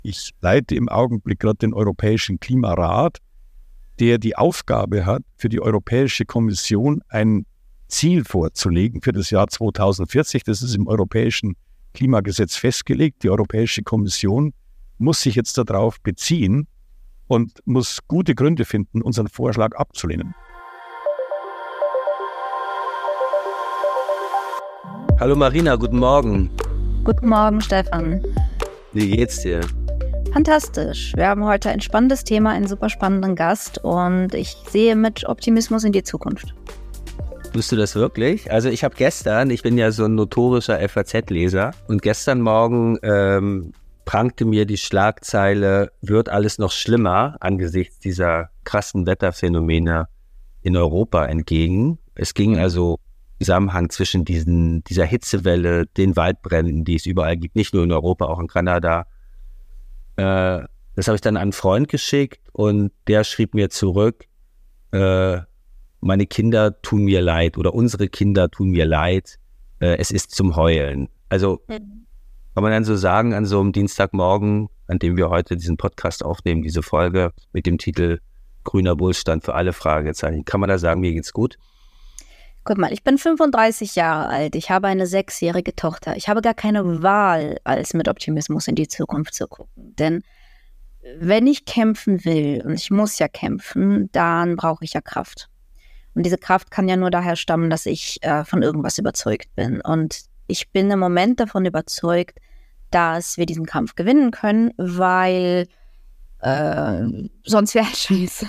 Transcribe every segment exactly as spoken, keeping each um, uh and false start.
Ich leite im Augenblick gerade den Europäischen Klimarat, der die Aufgabe hat, für die Europäische Kommission ein Ziel vorzulegen für das Jahr zweitausendvierzig. Das ist im Europäischen Klimagesetz festgelegt. Die Europäische Kommission muss sich jetzt darauf beziehen und muss gute Gründe finden, unseren Vorschlag abzulehnen. Hallo Marina, guten Morgen. Guten Morgen, Stefan. Wie geht's dir? Fantastisch. Wir haben heute ein spannendes Thema, einen super spannenden Gast und ich sehe mit Optimismus in die Zukunft. Tust du das wirklich? Also ich habe gestern, ich bin ja so ein notorischer F A Z-Leser und gestern Morgen ähm, prangte mir die Schlagzeile, wird alles noch schlimmer angesichts dieser krassen Wetterphänomene in Europa entgegen. Es ging also im Zusammenhang zwischen diesen, dieser Hitzewelle, den Waldbränden, die es überall gibt, nicht nur in Europa, auch in Kanada. Äh, das habe ich dann an einen Freund geschickt und der schrieb mir zurück, äh, meine Kinder tun mir leid oder unsere Kinder tun mir leid, äh, es ist zum Heulen. Also mhm. kann man dann so sagen, an so einem Dienstagmorgen, an dem wir heute diesen Podcast aufnehmen, diese Folge mit dem Titel Grüner Wohlstand für alle Fragezeichen, kann man da sagen, mir geht's gut? Guck mal, ich bin fünfunddreißig Jahre alt, ich habe eine sechsjährige Tochter. Ich habe gar keine Wahl, als mit Optimismus in die Zukunft zu gucken. Denn wenn ich kämpfen will, und ich muss ja kämpfen, dann brauche ich ja Kraft. Und diese Kraft kann ja nur daher stammen, dass ich äh, von irgendwas überzeugt bin. Und ich bin im Moment davon überzeugt, dass wir diesen Kampf gewinnen können, weil äh, sonst wäre es scheiße.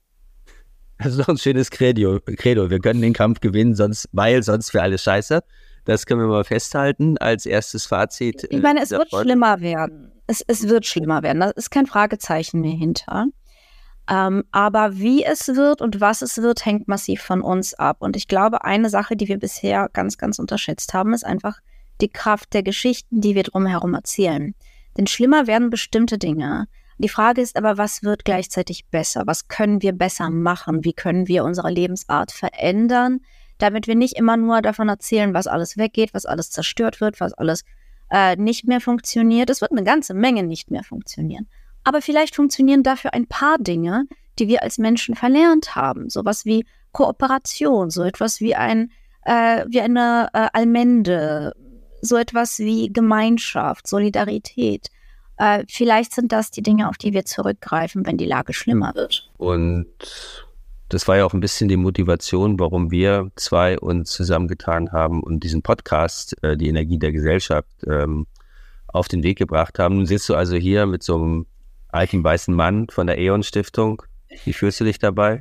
Das ist doch ein schönes Credo. Credo. Wir können den Kampf gewinnen, sonst, weil sonst für alles scheiße. Das können wir mal festhalten als erstes Fazit. Ich meine, es wird Folge. schlimmer werden. Es, es wird schlimmer werden. Da ist kein Fragezeichen mehr hinter. Ähm, aber wie es wird und was es wird, hängt massiv von uns ab. Und ich glaube, eine Sache, die wir bisher ganz, ganz unterschätzt haben, ist einfach die Kraft der Geschichten, die wir drumherum erzählen. Denn schlimmer werden bestimmte Dinge. Die Frage ist aber, was wird gleichzeitig besser? Was können wir besser machen? Wie können wir unsere Lebensart verändern, damit wir nicht immer nur davon erzählen, was alles weggeht, was alles zerstört wird, was alles äh, nicht mehr funktioniert. Es wird eine ganze Menge nicht mehr funktionieren. Aber vielleicht funktionieren dafür ein paar Dinge, die wir als Menschen verlernt haben. Sowas wie Kooperation, so etwas wie, ein, äh, wie eine äh, Allmende, so etwas wie Gemeinschaft, Solidarität. Äh, vielleicht sind das die Dinge, auf die wir zurückgreifen, wenn die Lage schlimmer wird. Und das war ja auch ein bisschen die Motivation, warum wir zwei uns zusammengetan haben und diesen Podcast, äh, die Energie der Gesellschaft, ähm, auf den Weg gebracht haben. Nun sitzt du also hier mit so einem alten weißen Mann von der E.ON Stiftung. Wie fühlst du dich dabei?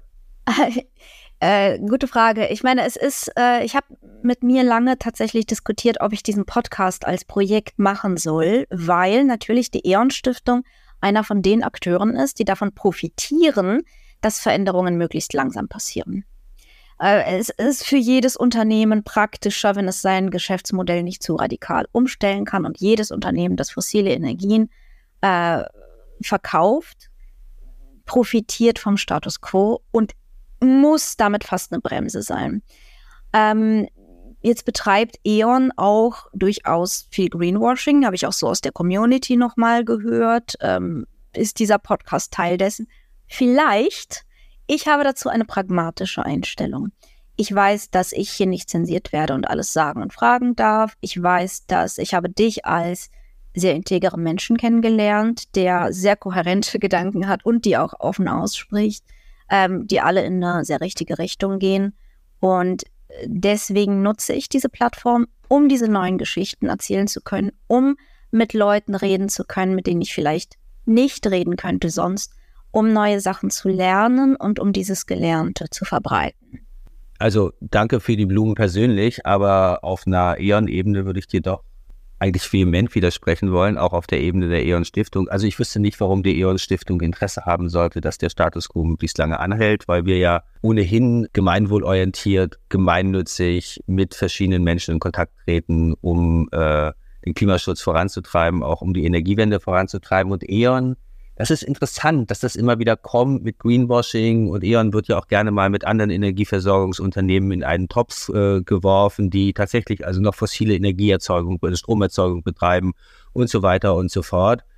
Äh, gute Frage. Ich meine, es ist, äh, ich habe mit mir lange tatsächlich diskutiert, ob ich diesen Podcast als Projekt machen soll, weil natürlich die E.ON Stiftung einer von den Akteuren ist, die davon profitieren, dass Veränderungen möglichst langsam passieren. Äh, es ist für jedes Unternehmen praktischer, wenn es sein Geschäftsmodell nicht zu radikal umstellen kann und jedes Unternehmen, das fossile Energien äh, verkauft, profitiert vom Status quo und muss damit fast eine Bremse sein. Ähm, jetzt betreibt E.ON auch durchaus viel Greenwashing, habe ich auch so aus der Community nochmal gehört. Ähm, ist dieser Podcast Teil dessen? Vielleicht. Ich habe dazu eine pragmatische Einstellung. Ich weiß, dass ich hier nicht zensiert werde und alles sagen und fragen darf. Ich weiß, dass ich habe dich als sehr integeren Menschen kennengelernt, der sehr kohärente Gedanken hat und die auch offen ausspricht, ähm, die alle in eine sehr richtige Richtung gehen. Und deswegen nutze ich diese Plattform, um diese neuen Geschichten erzählen zu können, um mit Leuten reden zu können, mit denen ich vielleicht nicht reden könnte sonst, um neue Sachen zu lernen und um dieses Gelernte zu verbreiten. Also danke für die Blumen persönlich, aber auf einer E.ON-Ebene würde ich dir doch eigentlich vehement widersprechen wollen, auch auf der Ebene der E.ON Stiftung. Also ich wüsste nicht, warum die E.ON Stiftung Interesse haben sollte, dass der Status quo möglichst lange anhält, weil wir ja ohnehin gemeinwohlorientiert, gemeinnützig mit verschiedenen Menschen in Kontakt treten, um äh, den Klimaschutz voranzutreiben, auch um die Energiewende voranzutreiben. Und E.ON, das ist interessant, dass das immer wieder kommt mit Greenwashing, und E.ON wird ja auch gerne mal mit anderen Energieversorgungsunternehmen in einen Topf äh, geworfen, die tatsächlich also noch fossile Energieerzeugung, Stromerzeugung betreiben und so weiter und so fort.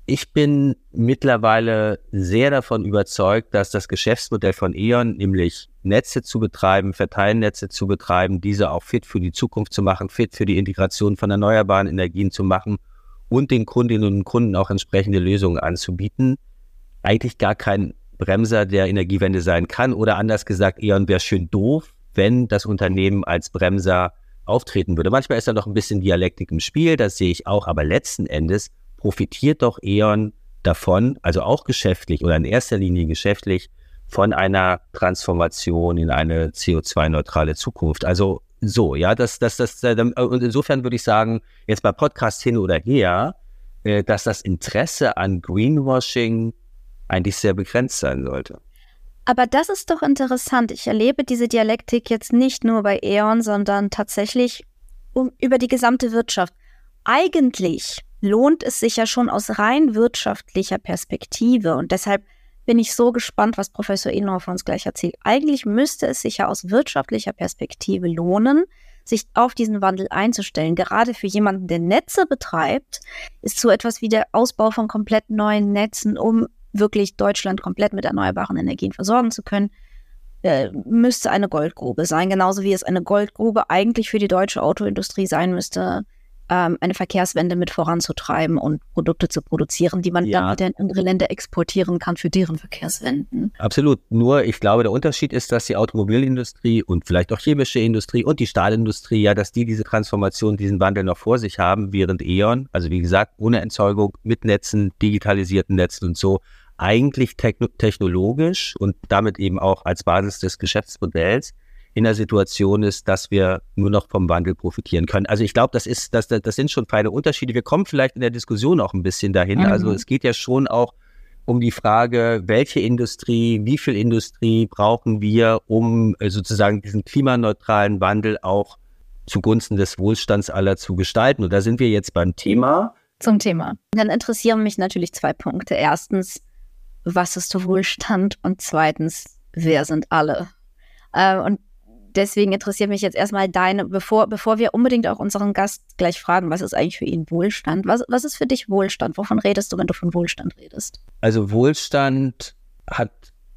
ich bin mittlerweile sehr davon überzeugt, dass das Geschäftsmodell von E.ON, nämlich Netze zu betreiben, Verteilnetze zu betreiben, diese auch fit für die Zukunft zu machen, fit für die Integration von erneuerbaren Energien zu machen und den Kundinnen und Kunden auch entsprechende Lösungen anzubieten, eigentlich gar kein Bremser der Energiewende sein kann. Oder anders gesagt, E.ON wäre schön doof, wenn das Unternehmen als Bremser auftreten würde. Manchmal ist da noch ein bisschen Dialektik im Spiel, das sehe ich auch, aber letzten Endes profitiert doch E.ON davon, also auch geschäftlich oder in erster Linie geschäftlich, von einer Transformation in eine C O zwei neutrale Zukunft. Also so, ja, das, das, das, und insofern würde ich sagen, jetzt bei Podcast hin oder her, dass das Interesse an Greenwashing eigentlich sehr begrenzt sein sollte. Aber das ist doch interessant. Ich erlebe diese Dialektik jetzt nicht nur bei E.ON, sondern tatsächlich um, über die gesamte Wirtschaft. Eigentlich lohnt es sich ja schon aus rein wirtschaftlicher Perspektive und deshalb bin ich so gespannt, was Professor Edenhofer uns gleich erzählt. Eigentlich müsste es sich ja aus wirtschaftlicher Perspektive lohnen, sich auf diesen Wandel einzustellen. Gerade für jemanden, der Netze betreibt, ist so etwas wie der Ausbau von komplett neuen Netzen, um wirklich Deutschland komplett mit erneuerbaren Energien versorgen zu können, äh, müsste eine Goldgrube sein. Genauso wie es eine Goldgrube eigentlich für die deutsche Autoindustrie sein müsste, ähm, eine Verkehrswende mit voranzutreiben und Produkte zu produzieren, die man ja dann wieder in andere Länder exportieren kann für deren Verkehrswenden. Absolut. Nur ich glaube, der Unterschied ist, dass die Automobilindustrie und vielleicht auch chemische Industrie und die Stahlindustrie, ja, dass die diese Transformation, diesen Wandel noch vor sich haben, während E.ON, also wie gesagt, ohne Entzeugung, mit Netzen, digitalisierten Netzen und so, eigentlich technologisch und damit eben auch als Basis des Geschäftsmodells in der Situation ist, dass wir nur noch vom Wandel profitieren können. Also ich glaube, das ist, das, das sind schon feine Unterschiede. Wir kommen vielleicht in der Diskussion auch ein bisschen dahin. Mhm. Also es geht ja schon auch um die Frage, welche Industrie, wie viel Industrie brauchen wir, um sozusagen diesen klimaneutralen Wandel auch zugunsten des Wohlstands aller zu gestalten. Und da sind wir jetzt beim Thema. Zum Thema. Dann interessieren mich natürlich zwei Punkte. Erstens, was ist Wohlstand? Und zweitens, wer sind alle? Äh, und deswegen interessiert mich jetzt erstmal deine, bevor, bevor wir unbedingt auch unseren Gast gleich fragen, was ist eigentlich für ihn Wohlstand? Was, was ist für dich Wohlstand? Wovon redest du, wenn du von Wohlstand redest? Also Wohlstand hat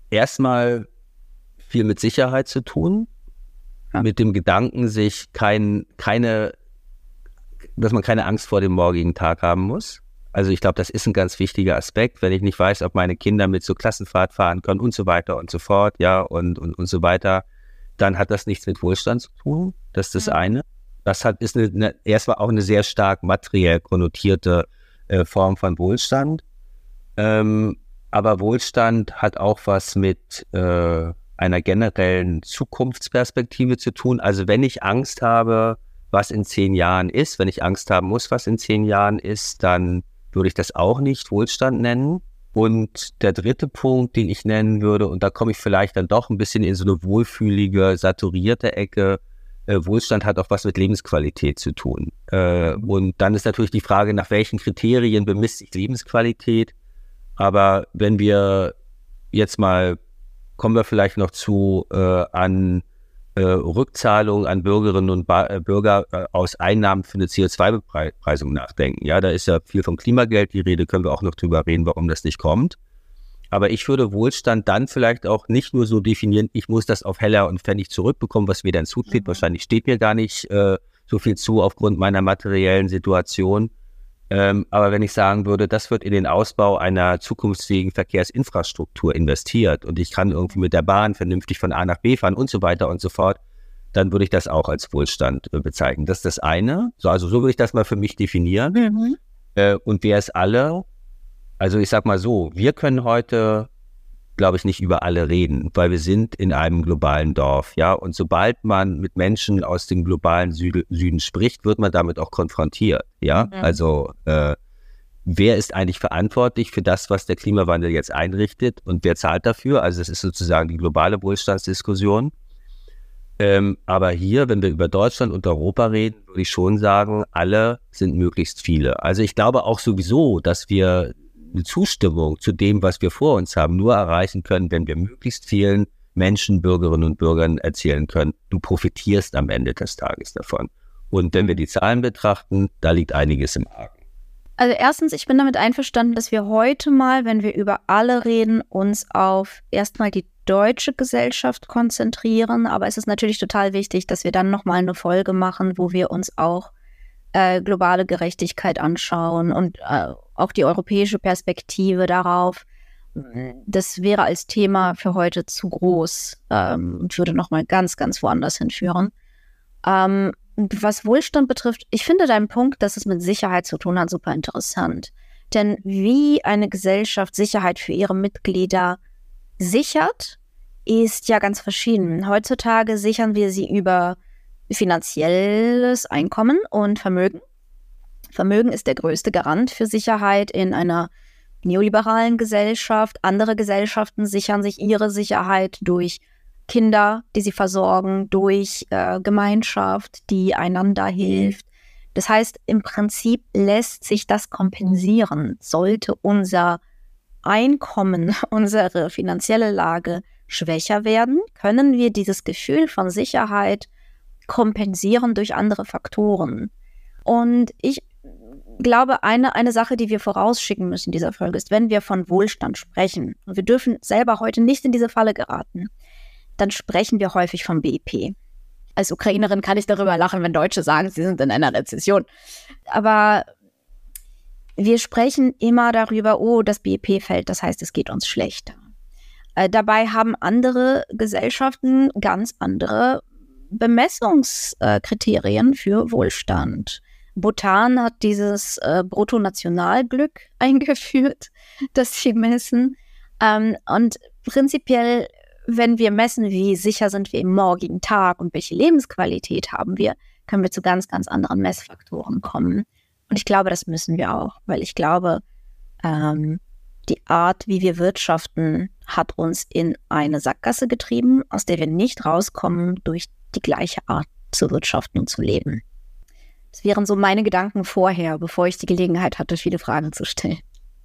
erstmal viel mit Sicherheit zu tun, ja. Mit dem Gedanken, sich kein, keine, dass man keine Angst vor dem morgigen Tag haben muss. Also ich glaube, das ist ein ganz wichtiger Aspekt, wenn ich nicht weiß, ob meine Kinder mit zur Klassenfahrt fahren können und so weiter und so fort, ja, und, und, und so weiter, dann hat das nichts mit Wohlstand zu tun. Das ist das eine. Das hat, ist eine, eine, erstmal auch eine sehr stark materiell konnotierte äh, Form von Wohlstand. Ähm, aber Wohlstand hat auch was mit äh, einer generellen Zukunftsperspektive zu tun. Also wenn ich Angst habe, was in zehn Jahren ist, wenn ich Angst haben muss, was in zehn Jahren ist, dann würde ich das auch nicht Wohlstand nennen. Und der dritte Punkt, den ich nennen würde, und da komme ich vielleicht dann doch ein bisschen in so eine wohlfühlige, saturierte Ecke, äh, Wohlstand hat auch was mit Lebensqualität zu tun. Äh, und dann ist natürlich die Frage, nach welchen Kriterien bemisst sich Lebensqualität. Aber wenn wir jetzt mal, kommen wir vielleicht noch zu äh, an äh, Rückzahlung an Bürgerinnen und ba- äh, Bürger äh, aus Einnahmen für eine C O zwei Bepreisung nachdenken. Ja, da ist ja viel vom Klimageld die Rede, können wir auch noch drüber reden, warum das nicht kommt. Aber ich würde Wohlstand dann vielleicht auch nicht nur so definieren, ich muss das auf Heller und Pfennig zurückbekommen, was mir dann zusteht. Mhm. Wahrscheinlich steht mir gar nicht äh, so viel zu aufgrund meiner materiellen Situation. Ähm, aber wenn ich sagen würde, das wird in den Ausbau einer zukunftsfähigen Verkehrsinfrastruktur investiert und ich kann irgendwie mit der Bahn vernünftig von A nach B fahren und so weiter und so fort, dann würde ich das auch als Wohlstand äh, bezeichnen. Das ist das eine. So, also so würde ich das mal für mich definieren. Mhm. Äh, und wer ist alle? Also ich sag mal so, wir können heute, glaube ich, nicht über alle reden, weil wir sind in einem globalen Dorf, ja. Und sobald man mit Menschen aus dem globalen Süd- Süden spricht, wird man damit auch konfrontiert, ja. Mhm. Also äh, wer ist eigentlich verantwortlich für das, was der Klimawandel jetzt einrichtet und wer zahlt dafür? Also es ist sozusagen die globale Wohlstandsdiskussion. Ähm, aber hier, wenn wir über Deutschland und Europa reden, würde ich schon sagen, alle sind möglichst viele. Also ich glaube auch sowieso, dass wir eine Zustimmung zu dem, was wir vor uns haben, nur erreichen können, wenn wir möglichst vielen Menschen, Bürgerinnen und Bürgern erzählen können, du profitierst am Ende des Tages davon. Und wenn wir die Zahlen betrachten, da liegt einiges im Argen. Also erstens, ich bin damit einverstanden, dass wir heute mal, wenn wir über alle reden, uns auf erstmal die deutsche Gesellschaft konzentrieren. Aber es ist natürlich total wichtig, dass wir dann nochmal eine Folge machen, wo wir uns auch äh, globale Gerechtigkeit anschauen und äh, auch die europäische Perspektive darauf. Das wäre als Thema für heute zu groß ähm, und würde nochmal ganz, ganz woanders hinführen. Ähm, Was Wohlstand betrifft, ich finde deinen Punkt, dass es mit Sicherheit zu tun hat, super interessant. Denn wie eine Gesellschaft Sicherheit für ihre Mitglieder sichert, ist ja ganz verschieden. Heutzutage sichern wir sie über finanzielles Einkommen und Vermögen. Vermögen ist der größte Garant für Sicherheit in einer neoliberalen Gesellschaft. Andere Gesellschaften sichern sich ihre Sicherheit durch Kinder, die sie versorgen, durch äh, Gemeinschaft, die einander hilft. Das heißt, im Prinzip lässt sich das kompensieren. Sollte unser Einkommen, unsere finanzielle Lage schwächer werden, können wir dieses Gefühl von Sicherheit kompensieren durch andere Faktoren. Und ich glaube, eine, eine Sache, die wir vorausschicken müssen in dieser Folge, ist, wenn wir von Wohlstand sprechen, und wir dürfen selber heute nicht in diese Falle geraten, dann sprechen wir häufig vom B I P. Als Ukrainerin kann ich darüber lachen, wenn Deutsche sagen, sie sind in einer Rezession. Aber wir sprechen immer darüber, oh, das B I P fällt, das heißt, es geht uns schlechter. Äh, dabei haben andere Gesellschaften ganz andere Bemessungskriterien für Wohlstand. Bhutan hat dieses äh, Bruttonationalglück eingeführt, das sie messen. Ähm, und prinzipiell, wenn wir messen, wie sicher sind wir im morgigen Tag und welche Lebensqualität haben wir, können wir zu ganz, ganz anderen Messfaktoren kommen. Und ich glaube, das müssen wir auch, weil ich glaube, ähm, die Art, wie wir wirtschaften, hat uns in eine Sackgasse getrieben, aus der wir nicht rauskommen durch die gleiche Art zu wirtschaften und zu leben. Das wären so meine Gedanken vorher, bevor ich die Gelegenheit hatte, viele Fragen zu stellen.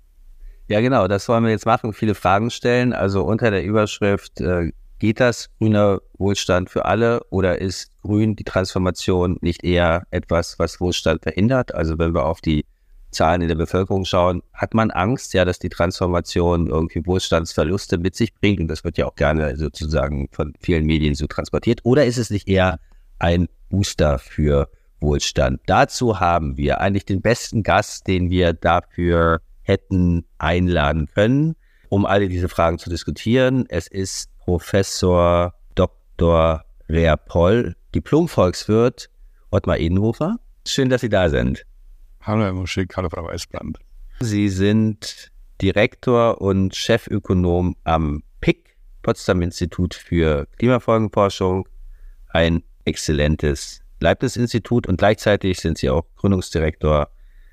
Ja, genau, das wollen wir jetzt machen, viele Fragen stellen. Also unter der Überschrift, äh, geht das grüner Wohlstand für alle oder ist grün die Transformation nicht eher etwas, was Wohlstand verhindert? Also wenn wir auf die Zahlen in der Bevölkerung schauen, hat man Angst, ja, dass die Transformation irgendwie Wohlstandsverluste mit sich bringt, und das wird ja auch gerne sozusagen von vielen Medien so transportiert, oder ist es nicht eher ein Booster für Wohlstand? Dazu haben wir eigentlich den besten Gast, den wir dafür hätten einladen können, um alle diese Fragen zu diskutieren. Es ist Professor Doktor Rea Poll, Diplom-Volkswirt, Ottmar Edenhofer. Schön, dass Sie da sind. Hallo Herr Muschig, hallo Frau Weißbrand. Sie sind Direktor und Chefökonom am P I C, Potsdam Institut für Klimafolgenforschung, ein exzellentes Leibniz-Institut, und gleichzeitig sind Sie auch Gründungsdirektor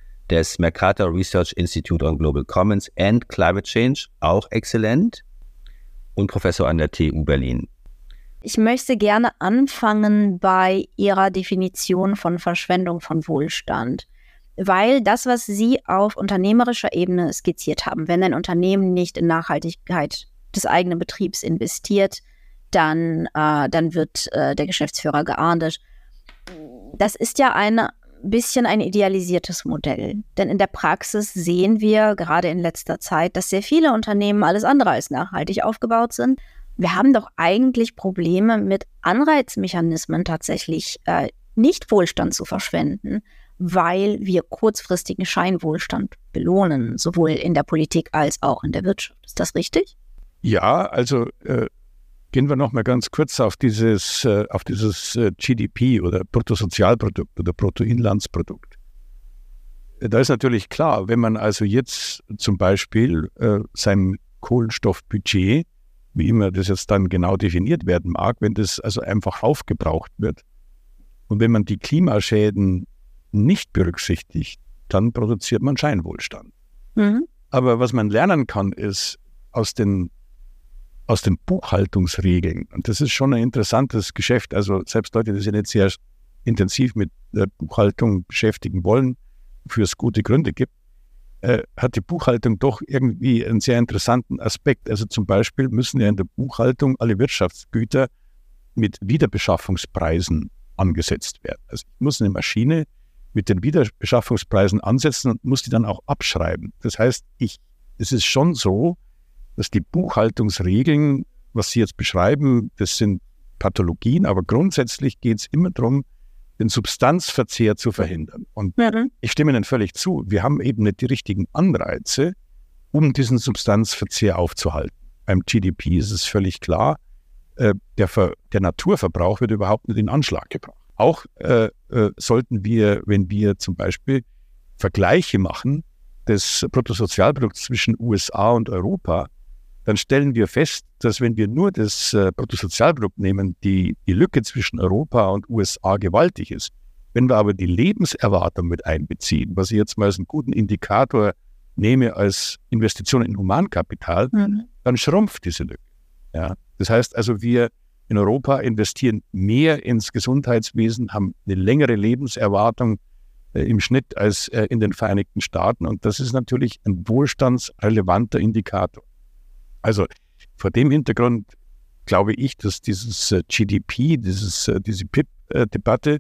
des Mercator Research Institute on Global Commons and Climate Change, auch exzellent, und Professor an der T U Berlin. Ich möchte gerne anfangen bei Ihrer Definition von Verschwendung von Wohlstand, weil das, was Sie auf unternehmerischer Ebene skizziert haben, wenn ein Unternehmen nicht in Nachhaltigkeit des eigenen Betriebs investiert, dann, äh, dann wird äh, der Geschäftsführer geahndet. Das ist ja eine bisschen ein idealisiertes Modell. Denn in der Praxis sehen wir gerade in letzter Zeit, dass sehr viele Unternehmen alles andere als nachhaltig aufgebaut sind. Wir haben doch eigentlich Probleme mit Anreizmechanismen tatsächlich äh, nicht Wohlstand zu verschwenden, weil wir kurzfristigen Scheinwohlstand belohnen, sowohl in der Politik als auch in der Wirtschaft. Ist das richtig? Ja, also äh, gehen wir noch mal ganz kurz auf dieses, äh, auf dieses äh, G D P oder Bruttosozialprodukt oder Bruttoinlandsprodukt. Da ist natürlich klar, wenn man also jetzt zum Beispiel äh, sein Kohlenstoffbudget, wie immer das jetzt dann genau definiert werden mag, wenn das also einfach aufgebraucht wird und wenn man die Klimaschäden nicht berücksichtigt, dann produziert man Scheinwohlstand. Mhm. Aber was man lernen kann, ist aus den aus den Buchhaltungsregeln. Und das ist schon ein interessantes Geschäft. Also selbst Leute, die sich nicht sehr intensiv mit der Buchhaltung beschäftigen wollen, für es gute Gründe gibt, äh, hat die Buchhaltung doch irgendwie einen sehr interessanten Aspekt. Also zum Beispiel müssen ja in der Buchhaltung alle Wirtschaftsgüter mit Wiederbeschaffungspreisen angesetzt werden. Also ich muss eine Maschine mit den Wiederbeschaffungspreisen ansetzen und muss die dann auch abschreiben. Das heißt, ich, es ist schon so, dass die Buchhaltungsregeln, was Sie jetzt beschreiben, das sind Pathologien, aber grundsätzlich geht es immer darum, den Substanzverzehr zu verhindern. Und ja. ich stimme Ihnen völlig zu, wir haben eben nicht die richtigen Anreize, um diesen Substanzverzehr aufzuhalten. Beim G D P ist es völlig klar, äh, der, Ver, der Naturverbrauch wird überhaupt nicht in Anschlag gebracht. Auch äh, äh, sollten wir, wenn wir zum Beispiel Vergleiche machen des Bruttosozialprodukts zwischen U S A und Europa, dann stellen wir fest, dass wenn wir nur das äh, Bruttosozialprodukt nehmen, die, die Lücke zwischen Europa und U S A gewaltig ist. Wenn wir aber die Lebenserwartung mit einbeziehen, was ich jetzt mal als einen guten Indikator nehme als Investition in Humankapital, mhm. dann schrumpft diese Lücke. Ja? Das heißt also, wir in Europa investieren mehr ins Gesundheitswesen, haben eine längere Lebenserwartung äh, im Schnitt als äh, in den Vereinigten Staaten. Und das ist natürlich ein wohlstandsrelevanter Indikator. Also vor dem Hintergrund glaube ich, dass dieses äh, G D P, dieses, äh, diese P I P-Debatte,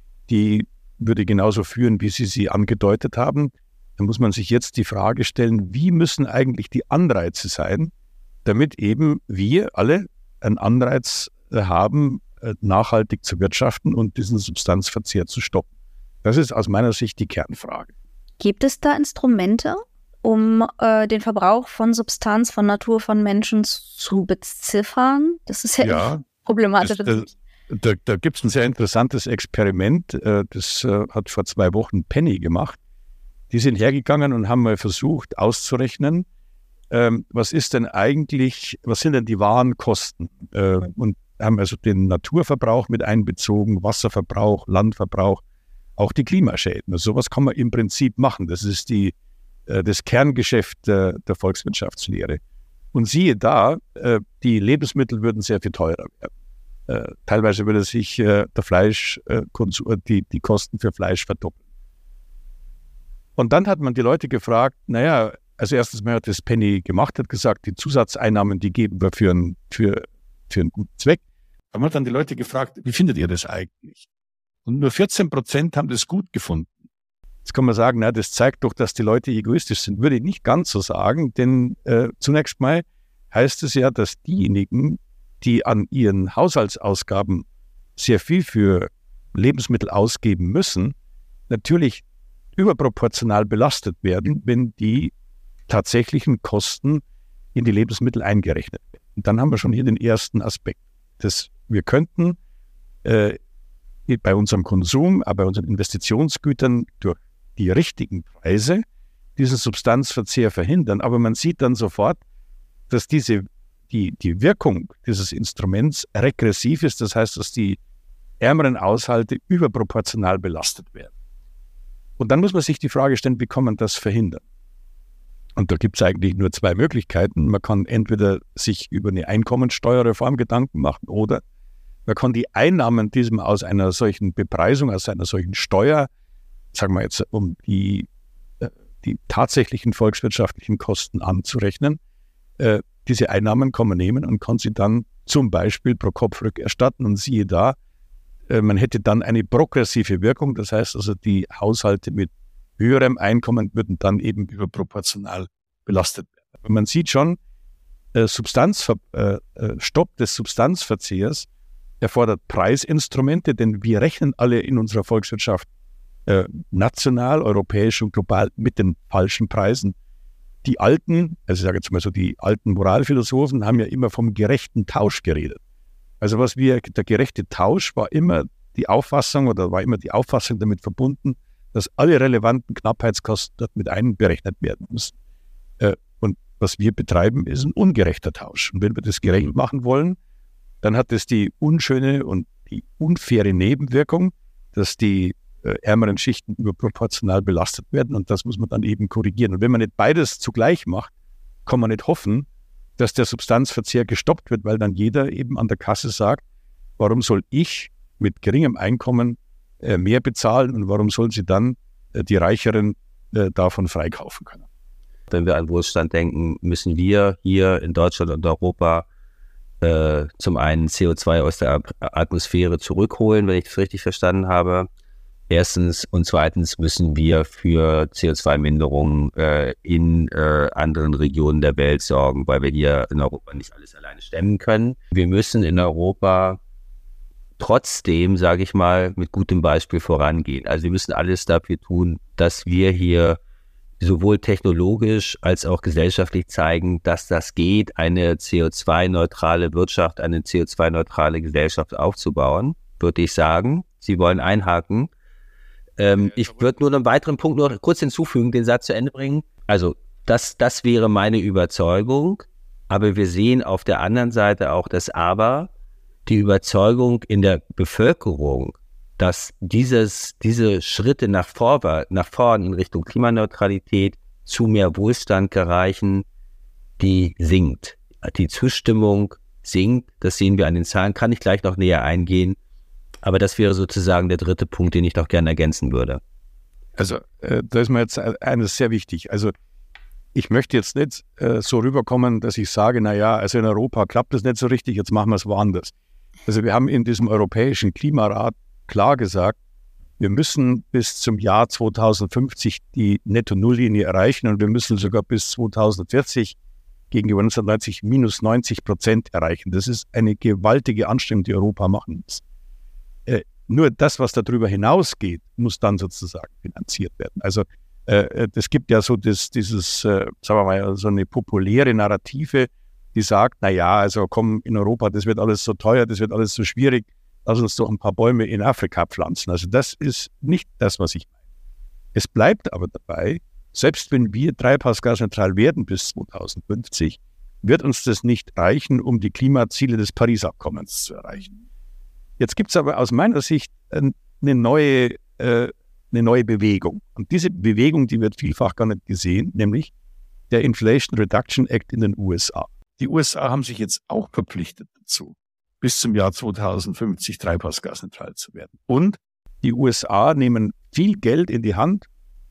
die würde genauso führen, wie Sie sie angedeutet haben. Da muss man sich jetzt die Frage stellen, wie müssen eigentlich die Anreize sein, damit eben wir alle einen Anreiz haben, nachhaltig zu wirtschaften und diesen Substanzverzehr zu stoppen. Das ist aus meiner Sicht die Kernfrage. Gibt es da Instrumente, um äh, den Verbrauch von Substanz, von Natur, von Menschen zu beziffern? Das ist ja, ja problematisch. Das, das, da da gibt es ein sehr interessantes Experiment, äh, das äh, hat vor zwei Wochen Penny gemacht. Die sind hergegangen und haben mal versucht auszurechnen, ähm, was ist denn eigentlich, was sind denn die wahren Kosten? Äh, und haben also den Naturverbrauch mit einbezogen, Wasserverbrauch, Landverbrauch, auch die Klimaschäden. Also sowas kann man im Prinzip machen. Das ist die, äh, das Kerngeschäft äh, der Volkswirtschaftslehre. Und siehe da, äh, die Lebensmittel würden sehr viel teurer werden. Äh, teilweise würde sich äh, der Fleisch, äh, die, die Kosten für Fleisch verdoppeln. Und dann hat man die Leute gefragt, naja, also erstens mal hat das Penny gemacht, hat gesagt, die Zusatzeinnahmen, die geben wir für einen, für, für einen guten Zweck. Aber man hat dann die Leute gefragt, wie findet ihr das eigentlich? Und nur vierzehn Prozent haben das gut gefunden. Jetzt kann man sagen, na, das zeigt doch, dass die Leute egoistisch sind. Würde ich nicht ganz so sagen, denn äh, zunächst mal heißt es ja, dass diejenigen, die an ihren Haushaltsausgaben sehr viel für Lebensmittel ausgeben müssen, natürlich überproportional belastet werden, wenn die tatsächlichen Kosten in die Lebensmittel eingerechnet werden. Und dann haben wir schon hier den ersten Aspekt. Das, wir könnten äh, bei unserem Konsum, aber bei unseren Investitionsgütern durch die richtigen Preise diesen Substanzverzehr verhindern. Aber man sieht dann sofort, dass diese, die, die Wirkung dieses Instruments regressiv ist. Das heißt, dass die ärmeren Haushalte überproportional belastet werden. Und dann muss man sich die Frage stellen, wie kann man das verhindern? Und da gibt es eigentlich nur zwei Möglichkeiten. Man kann entweder sich über eine Einkommensteuerreform Gedanken machen oder man kann die Einnahmen diesem aus einer solchen Bepreisung, aus einer solchen Steuer, sagen wir jetzt, um die, die tatsächlichen volkswirtschaftlichen Kosten anzurechnen, äh, diese Einnahmen kann man nehmen und kann sie dann zum Beispiel pro Kopf rückerstatten. Und siehe da, äh, man hätte dann eine progressive Wirkung. Das heißt also, die Haushalte mit höherem Einkommen würden dann eben überproportional belastet werden. Aber man sieht schon, äh, Substanzver- äh, Stopp des Substanzverzehrs erfordert Preisinstrumente, denn wir rechnen alle in unserer Volkswirtschaft äh, national, europäisch und global mit den falschen Preisen. Die alten, also ich sage jetzt mal so, die alten Moralphilosophen haben ja immer vom gerechten Tausch geredet. Also was wir, der gerechte Tausch war immer die Auffassung oder war immer die Auffassung damit verbunden, dass alle relevanten Knappheitskosten dort mit einberechnet werden müssen. Äh, und was wir betreiben, ist ein ungerechter Tausch. Und wenn wir das gerecht machen wollen, dann hat es die unschöne und die unfaire Nebenwirkung, dass die äh, ärmeren Schichten überproportional belastet werden und das muss man dann eben korrigieren. Und wenn man nicht beides zugleich macht, kann man nicht hoffen, dass der Substanzverzehr gestoppt wird, weil dann jeder eben an der Kasse sagt, warum soll ich mit geringem Einkommen äh, mehr bezahlen und warum sollen sie dann äh, die Reicheren äh, davon freikaufen können? Wenn wir an Wohlstand denken, müssen wir hier in Deutschland und Europa Äh, zum einen C O zwei aus der Atmosphäre zurückholen, wenn ich das richtig verstanden habe. Erstens und zweitens müssen wir für C O zwei Minderung äh, in äh, anderen Regionen der Welt sorgen, weil wir hier in Europa nicht alles alleine stemmen können. Wir müssen in Europa trotzdem, sage ich mal, mit gutem Beispiel vorangehen. Also wir müssen alles dafür tun, dass wir hier sowohl technologisch als auch gesellschaftlich zeigen, dass das geht, eine C O zwei neutrale Wirtschaft, eine C O zwei neutrale Gesellschaft aufzubauen, würde ich sagen. Sie wollen einhaken. Ähm, ich würde nur einen weiteren Punkt noch kurz hinzufügen, den Satz zu Ende bringen. Also das, das wäre meine Überzeugung, aber wir sehen auf der anderen Seite auch das Aber, die Überzeugung in der Bevölkerung, dass dieses, diese Schritte nach vorwärts, nach vorn in Richtung Klimaneutralität zu mehr Wohlstand gereichen, die sinkt. Die Zustimmung sinkt, das sehen wir an den Zahlen, kann ich gleich noch näher eingehen. Aber das wäre sozusagen der dritte Punkt, den ich doch gerne ergänzen würde. Also äh, da ist mir jetzt eines sehr wichtig. Also ich möchte jetzt nicht äh, so rüberkommen, dass ich sage, naja, also in Europa klappt das nicht so richtig, jetzt machen wir es woanders. Also wir haben in diesem Europäischen Klimarat klar gesagt, wir müssen bis zum Jahr zweitausendfünfzig die Netto-Null-Linie erreichen und wir müssen sogar bis zweitausendvierzig gegenüber neunzehnhundertneunzig minus neunzig Prozent erreichen. Das ist eine gewaltige Anstrengung, die Europa machen muss. Äh, nur das, was darüber hinausgeht, muss dann sozusagen finanziert werden. Also äh, das gibt ja so das, dieses, äh, sagen wir mal, so eine populäre Narrative, die sagt, na ja, also komm, in Europa, das wird alles so teuer, das wird alles so schwierig, lass uns doch ein paar Bäume in Afrika pflanzen. Also das ist nicht das, was ich meine. Es bleibt aber dabei, selbst wenn wir treibhausgasneutral werden bis zweitausendfünfzig, wird uns das nicht reichen, um die Klimaziele des Paris-Abkommens zu erreichen. Jetzt gibt es aber aus meiner Sicht eine neue, äh, eine neue Bewegung. Und diese Bewegung, die wird vielfach gar nicht gesehen, nämlich der Inflation Reduction Act in den U S A. Die U S A haben sich jetzt auch verpflichtet dazu, bis zum Jahr zweitausendfünfzig treibhausgasneutral zu werden. Und die U S A nehmen viel Geld in die Hand,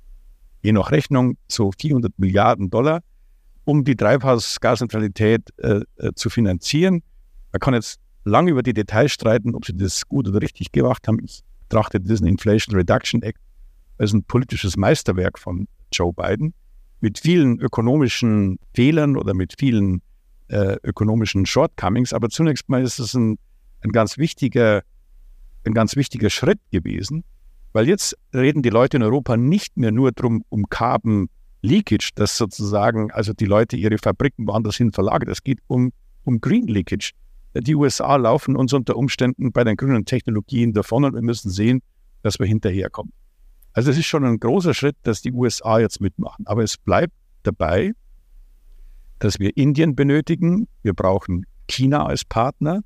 je nach Rechnung so vierhundert Milliarden Dollar, um die Treibhausgasneutralität äh, äh, zu finanzieren. Man kann jetzt lange über die Details streiten, ob sie das gut oder richtig gemacht haben. Ich betrachte diesen Inflation Reduction Act als ein politisches Meisterwerk von Joe Biden mit vielen ökonomischen Fehlern oder mit vielen äh, ökonomischen Shortcomings. Aber zunächst mal ist es ein, ein ganz wichtiger, ein ganz wichtiger Schritt gewesen, weil jetzt reden die Leute in Europa nicht mehr nur drum um Carbon Leakage, dass sozusagen also die Leute ihre Fabriken woanders hin verlagern. Es geht um, um Green Leakage. Die U S A laufen uns unter Umständen bei den grünen Technologien davon und wir müssen sehen, dass wir hinterherkommen. Also es ist schon ein großer Schritt, dass die U S A jetzt mitmachen. Aber es bleibt dabei, dass wir Indien benötigen. Wir brauchen China als Partner.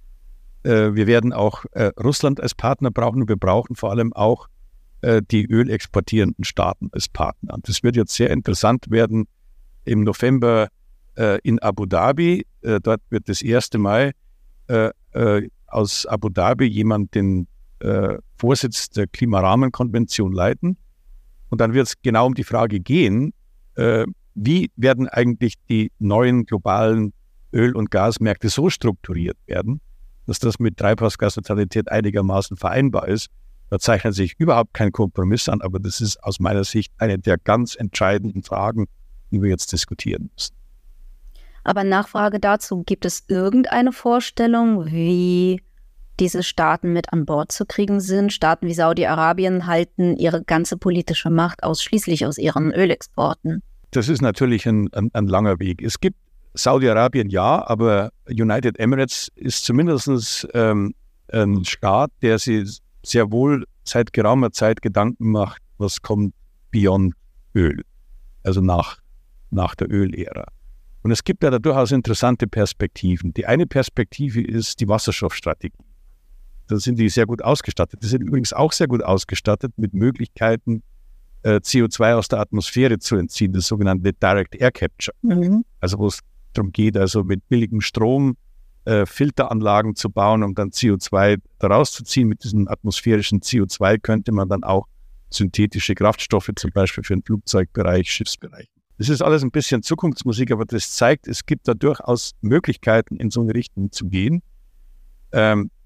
Äh, wir werden auch äh, Russland als Partner brauchen und wir brauchen vor allem auch äh, die ölexportierenden Staaten als Partner. Und das wird jetzt sehr interessant werden im November äh, in Abu Dhabi. Äh, dort wird das erste Mal äh, äh, aus Abu Dhabi jemand den äh, Vorsitz der Klimarahmenkonvention leiten. Und dann wird es genau um die Frage gehen, äh, wie werden eigentlich die neuen globalen Öl- und Gasmärkte so strukturiert werden, dass das mit Treibhausgasneutralität einigermaßen vereinbar ist. Da zeichnet sich überhaupt kein Kompromiss an, aber das ist aus meiner Sicht eine der ganz entscheidenden Fragen, die wir jetzt diskutieren müssen. Aber Nachfrage dazu, gibt es irgendeine Vorstellung, wie diese Staaten mit an Bord zu kriegen sind? Staaten wie Saudi-Arabien halten ihre ganze politische Macht ausschließlich aus ihren Ölexporten. Das ist natürlich ein, ein, ein langer Weg. Es gibt Saudi-Arabien ja, aber United Emirates ist zumindest ähm, ein Staat, der sich sehr wohl seit geraumer Zeit Gedanken macht, was kommt beyond Öl, also nach, nach der Ölära. Und es gibt ja da durchaus interessante Perspektiven. Die eine Perspektive ist die Wasserstoffstrategie. Da sind die sehr gut ausgestattet. Die sind übrigens auch sehr gut ausgestattet mit Möglichkeiten, äh, C O zwei aus der Atmosphäre zu entziehen, das sogenannte Direct Air Capture. Mhm. Also wo es darum geht, also mit billigem Strom äh, Filteranlagen zu bauen, um dann C O zwei daraus zu ziehen. Mit diesem atmosphärischen C O zwei könnte man dann auch synthetische Kraftstoffe, zum Beispiel für den Flugzeugbereich, Schiffsbereich. Das ist alles ein bisschen Zukunftsmusik, aber das zeigt, es gibt da durchaus Möglichkeiten, in so eine Richtung zu gehen. Ähm,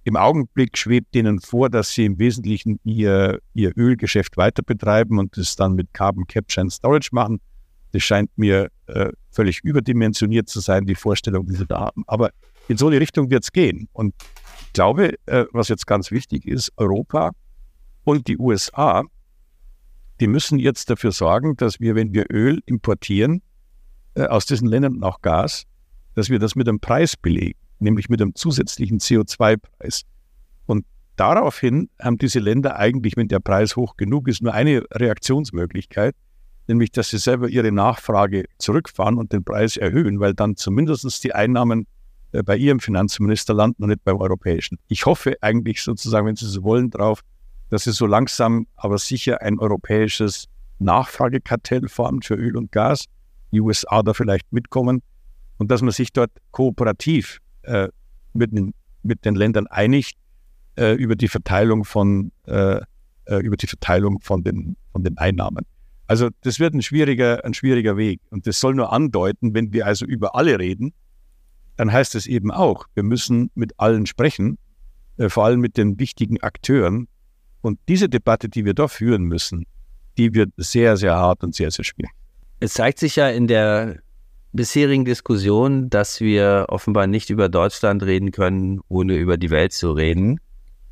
Im Augenblick schwebt denen vor, dass sie im Wesentlichen ihr, ihr Ölgeschäft weiter betreiben und das dann mit Carbon Capture and Storage machen. Das scheint mir äh, völlig überdimensioniert zu sein, die Vorstellung, die sie da haben. Aber in so eine Richtung wird es gehen. Und ich glaube, äh, was jetzt ganz wichtig ist, Europa und die U S A, die müssen jetzt dafür sorgen, dass wir, wenn wir Öl importieren, äh, aus diesen Ländern und auch Gas, dass wir das mit einem Preis belegen, nämlich mit einem zusätzlichen C O zwei Preis. Und daraufhin haben diese Länder eigentlich, wenn der Preis hoch genug ist, nur eine Reaktionsmöglichkeit, nämlich, dass sie selber ihre Nachfrage zurückfahren und den Preis erhöhen, weil dann zumindest die Einnahmen äh, bei ihrem Finanzminister landen und nicht beim europäischen. Ich hoffe eigentlich sozusagen, wenn Sie so wollen, darauf, dass sie so langsam, aber sicher ein europäisches Nachfragekartell formt für Öl und Gas, die U S A da vielleicht mitkommen und dass man sich dort kooperativ äh, mit, den, mit den Ländern einigt äh, über die Verteilung von äh, äh, über die Verteilung von den, von den Einnahmen. Also das wird ein schwieriger, ein schwieriger Weg. Und das soll nur andeuten, wenn wir also über alle reden, dann heißt es eben auch, wir müssen mit allen sprechen, äh, vor allem mit den wichtigen Akteuren. Und diese Debatte, die wir da führen müssen, die wird sehr, sehr hart und sehr, sehr schwierig. Es zeigt sich ja in der bisherigen Diskussion, dass wir offenbar nicht über Deutschland reden können, ohne über die Welt zu reden.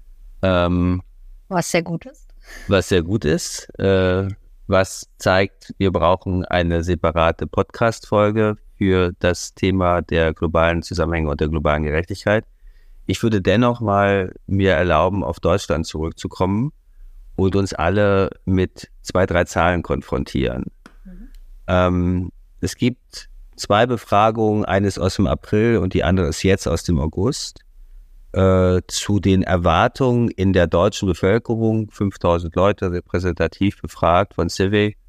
Ähm, was sehr gut ist. Was sehr gut ist. Äh, was zeigt, wir brauchen eine separate Podcast-Folge für das Thema der globalen Zusammenhänge und der globalen Gerechtigkeit. Ich würde dennoch mal mir erlauben, auf Deutschland zurückzukommen und uns alle mit zwei, drei Zahlen konfrontieren. Mhm. Ähm, es gibt zwei Befragungen, eines aus dem April und die andere ist jetzt aus dem August, äh, zu den Erwartungen in der deutschen Bevölkerung, fünftausend Leute repräsentativ befragt von Civic,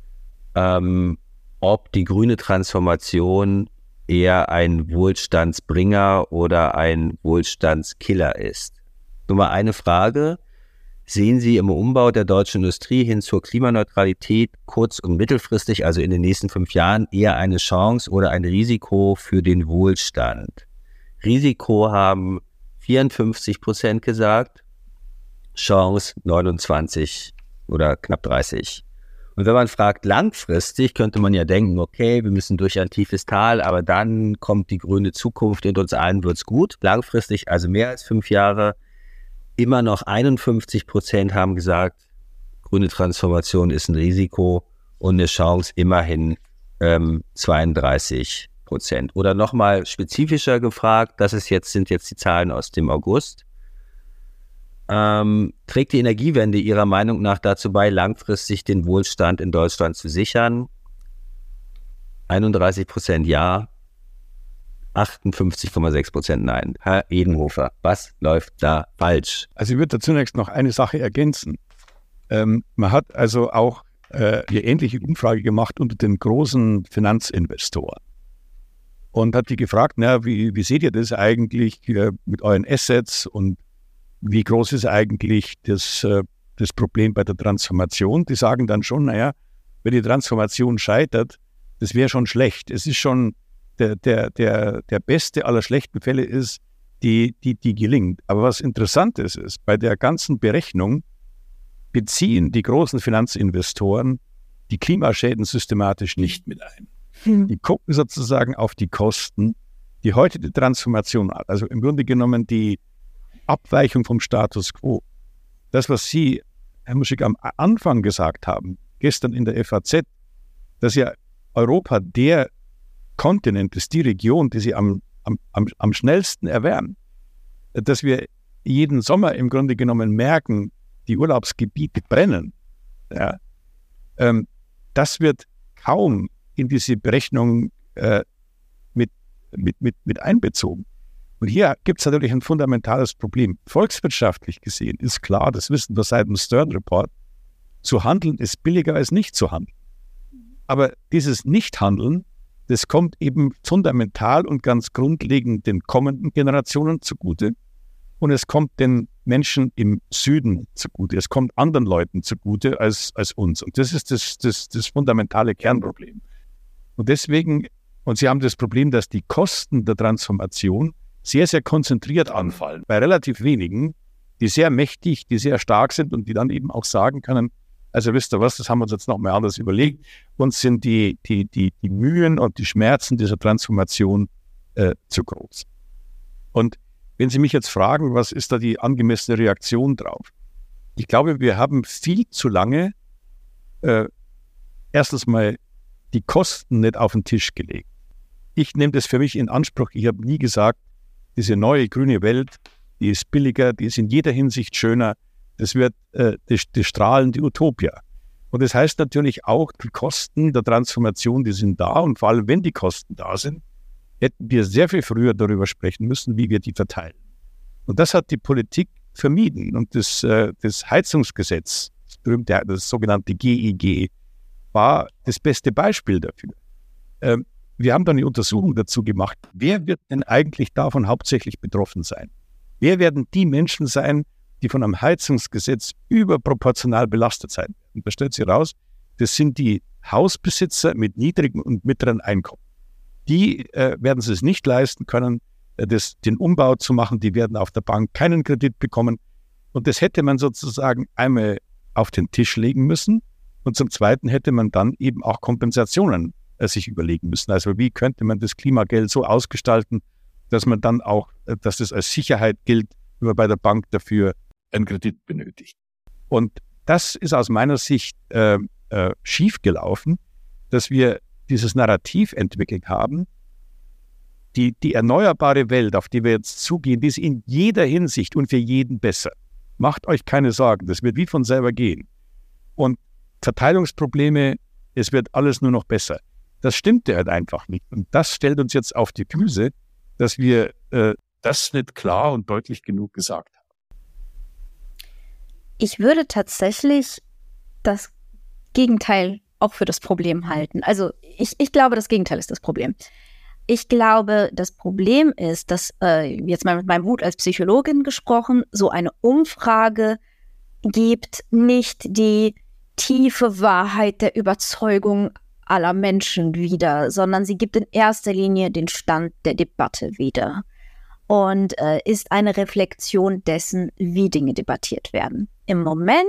ähm, ob die grüne Transformation eher ein Wohlstandsbringer oder ein Wohlstandskiller ist. Nur mal eine Frage. Sehen Sie im Umbau der deutschen Industrie hin zur Klimaneutralität kurz- und mittelfristig, also in den nächsten fünf Jahren, eher eine Chance oder ein Risiko für den Wohlstand? Risiko haben vierundfünfzig Prozent gesagt, Chance neunundzwanzig oder knapp dreißig. Und wenn man fragt, langfristig, könnte man ja denken, okay, wir müssen durch ein tiefes Tal, aber dann kommt die grüne Zukunft und uns allen wird's gut. Langfristig, also mehr als fünf Jahre, immer noch einundfünfzig Prozent haben gesagt, grüne Transformation ist ein Risiko und eine Chance immerhin ähm, zweiunddreißig Prozent. Oder nochmal spezifischer gefragt, das ist jetzt, sind jetzt die Zahlen aus dem August. Ähm, trägt die Energiewende Ihrer Meinung nach dazu bei, langfristig den Wohlstand in Deutschland zu sichern? einunddreißig Prozent ja, achtundfünfzig Komma sechs Prozent nein. Herr Edenhofer, was läuft da falsch? Also ich würde zunächst noch eine Sache ergänzen. Ähm, man hat also auch äh, eine ähnliche Umfrage gemacht unter den großen Finanzinvestoren und hat die gefragt, na, wie, wie seht ihr das eigentlich äh, mit euren Assets und wie groß ist eigentlich das, äh, das Problem bei der Transformation? Die sagen dann schon, naja, wenn die Transformation scheitert, das wäre schon schlecht. Es ist schon der, der, der, der beste aller schlechten Fälle ist, die, die, die gelingt. Aber was interessant ist, ist, bei der ganzen Berechnung beziehen die großen Finanzinvestoren die Klimaschäden systematisch nicht mit ein. Hm. Die gucken sozusagen auf die Kosten, die heute die Transformation hat. Also im Grunde genommen die Abweichung vom Status quo. Das, was Sie, Herr Muschig, am Anfang gesagt haben, gestern in der F A Z, dass ja Europa der Kontinent ist, die Region, die Sie am, am, am, am schnellsten erwärmen, dass wir jeden Sommer im Grunde genommen merken, die Urlaubsgebiete brennen, ja, ähm, das wird kaum in diese Berechnung äh, mit, mit, mit, mit einbezogen. Und hier gibt es natürlich ein fundamentales Problem. Volkswirtschaftlich gesehen ist klar, das wissen wir seit dem Stern Report, zu handeln ist billiger als nicht zu handeln. Aber dieses Nichthandeln, das kommt eben fundamental und ganz grundlegend den kommenden Generationen zugute. Und es kommt den Menschen im Süden zugute. Es kommt anderen Leuten zugute als, als uns. Und das ist das, das, das fundamentale Kernproblem. Und deswegen, und Sie haben das Problem, dass die Kosten der Transformation sehr, sehr konzentriert anfallen, bei relativ wenigen, die sehr mächtig, die sehr stark sind und die dann eben auch sagen können, also wisst ihr was, das haben wir uns jetzt nochmal anders überlegt, uns sind die, die, die, die Mühen und die Schmerzen dieser Transformation äh, zu groß. Und wenn Sie mich jetzt fragen, was ist da die angemessene Reaktion drauf? Ich glaube, wir haben viel zu lange äh, erstens mal die Kosten nicht auf den Tisch gelegt. Ich nehme das für mich in Anspruch. Ich habe nie gesagt, diese neue grüne Welt, die ist billiger, die ist in jeder Hinsicht schöner. Das wird äh, die, die strahlende Utopia. Und das heißt natürlich auch, die Kosten der Transformation, die sind da. Und vor allem, wenn die Kosten da sind, hätten wir sehr viel früher darüber sprechen müssen, wie wir die verteilen. Und das hat die Politik vermieden. Und das, äh, das Heizungsgesetz, das berühmte, das sogenannte G E G, war das beste Beispiel dafür. Ähm, wir haben dann eine Untersuchung dazu gemacht, wer wird denn eigentlich davon hauptsächlich betroffen sein? Wer werden die Menschen sein, die von einem Heizungsgesetz überproportional belastet sein? Und da stellt sich raus, das sind die Hausbesitzer mit niedrigen und mittleren Einkommen. Die äh, werden es nicht leisten können, äh, das, den Umbau zu machen. Die werden auf der Bank keinen Kredit bekommen. Und das hätte man sozusagen einmal auf den Tisch legen müssen. Und zum Zweiten hätte man dann eben auch Kompensationen äh, sich überlegen müssen. Also wie könnte man das Klimageld so ausgestalten, dass man dann auch, äh, dass das als Sicherheit gilt, wenn man bei der Bank dafür einen Kredit benötigt. Und das ist aus meiner Sicht äh, äh, schiefgelaufen, dass wir dieses Narrativ entwickelt haben, die, die erneuerbare Welt, auf die wir jetzt zugehen, die ist in jeder Hinsicht und für jeden besser. Macht euch keine Sorgen, das wird wie von selber gehen. Und Verteilungsprobleme, es wird alles nur noch besser. Das stimmte halt einfach nicht. Und das stellt uns jetzt auf die Füße, dass wir äh, das nicht klar und deutlich genug gesagt haben. Ich würde tatsächlich das Gegenteil auch für das Problem halten. Also ich, ich glaube, das Gegenteil ist das Problem. Ich glaube, das Problem ist, dass, äh, jetzt mal mit meinem Hut als Psychologin gesprochen, so eine Umfrage gibt nicht die tiefe Wahrheit der Überzeugung aller Menschen wieder, sondern sie gibt in erster Linie den Stand der Debatte wieder und äh, ist eine Reflexion dessen, wie Dinge debattiert werden. Im Moment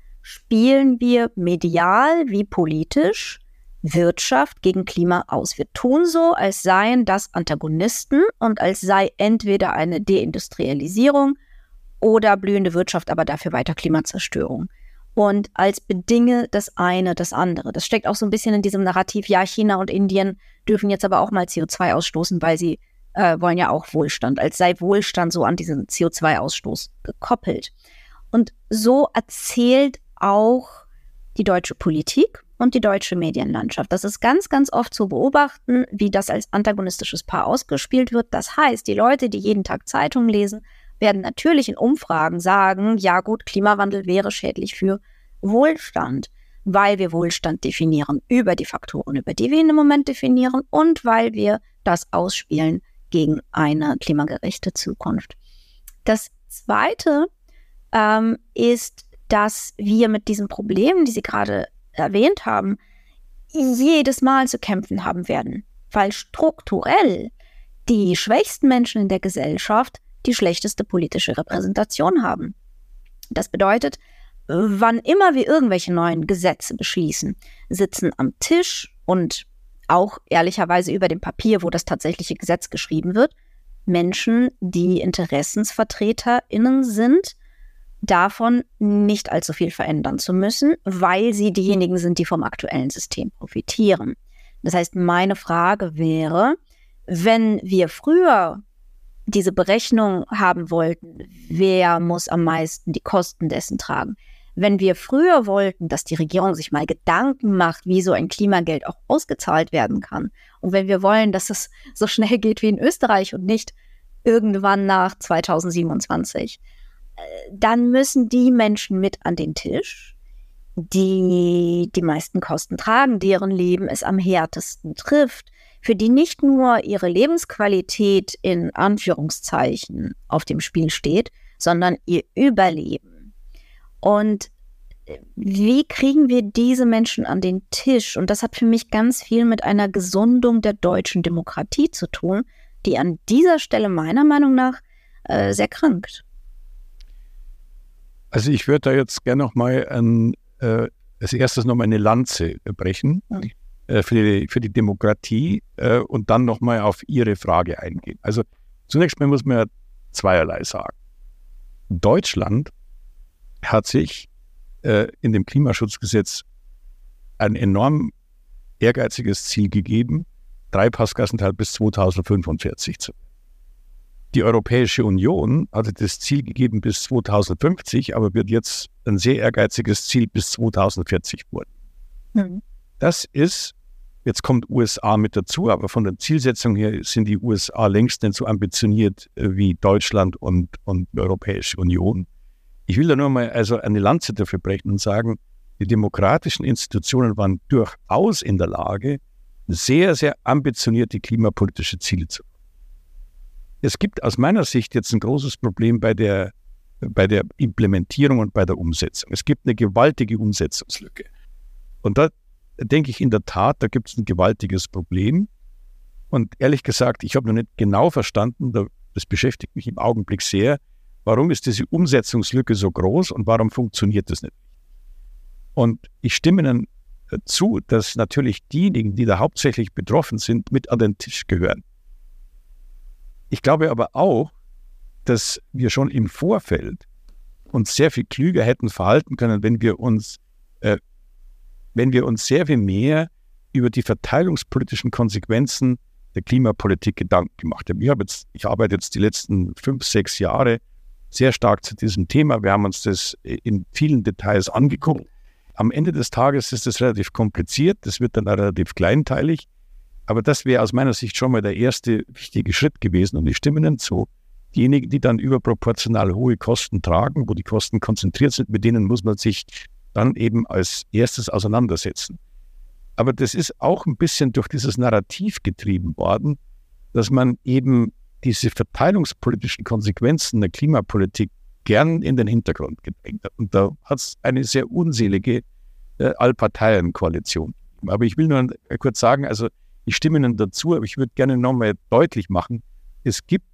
spielen wir medial wie politisch Wirtschaft gegen Klima aus. Wir tun so, als seien das Antagonisten und als sei entweder eine Deindustrialisierung oder blühende Wirtschaft, aber dafür weiter Klimazerstörung. Und als bedinge das eine das andere. Das steckt auch so ein bisschen in diesem Narrativ, ja, China und Indien dürfen jetzt aber auch mal C O zwei ausstoßen, weil sie äh, wollen ja auch Wohlstand, als sei Wohlstand so an diesen C O zwei Ausstoß gekoppelt. Und so erzählt auch die deutsche Politik und die deutsche Medienlandschaft. Das ist ganz, ganz oft zu beobachten, wie das als antagonistisches Paar ausgespielt wird. Das heißt, die Leute, die jeden Tag Zeitungen lesen, werden natürlich in Umfragen sagen, ja gut, Klimawandel wäre schädlich für Wohlstand, weil wir Wohlstand definieren über die Faktoren, über die wir ihn im Moment definieren und weil wir das ausspielen gegen eine klimagerechte Zukunft. Das Zweite ähm, ist, dass wir mit diesen Problemen, die Sie gerade erwähnt haben, jedes Mal zu kämpfen haben werden, weil strukturell die schwächsten Menschen in der Gesellschaft die schlechteste politische Repräsentation haben. Das bedeutet, wann immer wir irgendwelche neuen Gesetze beschließen, sitzen am Tisch und auch ehrlicherweise über dem Papier, wo das tatsächliche Gesetz geschrieben wird, Menschen, die InteressensvertreterInnen sind, davon nicht allzu viel verändern zu müssen, weil sie diejenigen sind, die vom aktuellen System profitieren. Das heißt, meine Frage wäre, wenn wir früher diese Berechnung haben wollten, wer muss am meisten die Kosten dessen tragen, wenn wir früher wollten, dass die Regierung sich mal Gedanken macht, wie so ein Klimageld auch ausgezahlt werden kann, und wenn wir wollen, dass es so schnell geht wie in Österreich und nicht irgendwann nach zweitausendsiebenundzwanzig, dann müssen die Menschen mit an den Tisch, die die meisten Kosten tragen, deren Leben es am härtesten trifft, für die nicht nur ihre Lebensqualität in Anführungszeichen auf dem Spiel steht, sondern ihr Überleben. Und wie kriegen wir diese Menschen an den Tisch? Und das hat für mich ganz viel mit einer Gesundung der deutschen Demokratie zu tun, die an dieser Stelle meiner Meinung nach äh, sehr krankt. Also ich würde da jetzt gerne noch mal ein, äh, als erstes noch mal eine Lanze brechen mhm. äh, für, die, für die Demokratie äh, und dann noch mal auf Ihre Frage eingehen. Also zunächst mal muss man ja zweierlei sagen. Deutschland hat sich äh, in dem Klimaschutzgesetz ein enorm ehrgeiziges Ziel gegeben, Treibhausgasanteil bis zweitausendfünfundvierzig zu. Die Europäische Union hatte das Ziel gegeben bis zweitausendfünfzig, aber wird jetzt ein sehr ehrgeiziges Ziel bis zweitausendvierzig wurden. Mhm. Das ist, jetzt kommt U S A mit dazu, aber von der Zielsetzung her sind die U S A längst nicht so ambitioniert wie Deutschland und, und die Europäische Union. Ich will da nur mal also eine Lanze dafür brechen und sagen, die demokratischen Institutionen waren durchaus in der Lage, sehr, sehr ambitionierte klimapolitische Ziele zu machen. Es gibt aus meiner Sicht jetzt ein großes Problem bei der, bei der Implementierung und bei der Umsetzung. Es gibt eine gewaltige Umsetzungslücke. Und da denke ich in der Tat, da gibt es ein gewaltiges Problem. Und ehrlich gesagt, ich habe noch nicht genau verstanden, das beschäftigt mich im Augenblick sehr, warum ist diese Umsetzungslücke so groß und warum funktioniert das nicht? Und ich stimme Ihnen zu, dass natürlich diejenigen, die da hauptsächlich betroffen sind, mit an den Tisch gehören. Ich glaube aber auch, dass wir schon im Vorfeld uns sehr viel klüger hätten verhalten können, wenn wir uns, äh, wenn wir uns sehr viel mehr über die verteilungspolitischen Konsequenzen der Klimapolitik Gedanken gemacht haben. Ich, habe jetzt, ich arbeite jetzt die letzten fünf, sechs Jahre sehr stark zu diesem Thema. Wir haben uns das in vielen Details angeguckt. Am Ende des Tages ist es relativ kompliziert, das wird dann relativ kleinteilig. Aber das wäre aus meiner Sicht schon mal der erste wichtige Schritt gewesen. Und ich stimme Ihnen zu. Diejenigen, die dann überproportional hohe Kosten tragen, wo die Kosten konzentriert sind, mit denen muss man sich dann eben als erstes auseinandersetzen. Aber das ist auch ein bisschen durch dieses Narrativ getrieben worden, dass man eben diese verteilungspolitischen Konsequenzen der Klimapolitik gern in den Hintergrund gedrängt hat. Und da hat es eine sehr unselige äh, Allparteien-Koalition. Aber ich will nur kurz sagen, also ich stimme Ihnen dazu, aber ich würde gerne nochmal deutlich machen, es gibt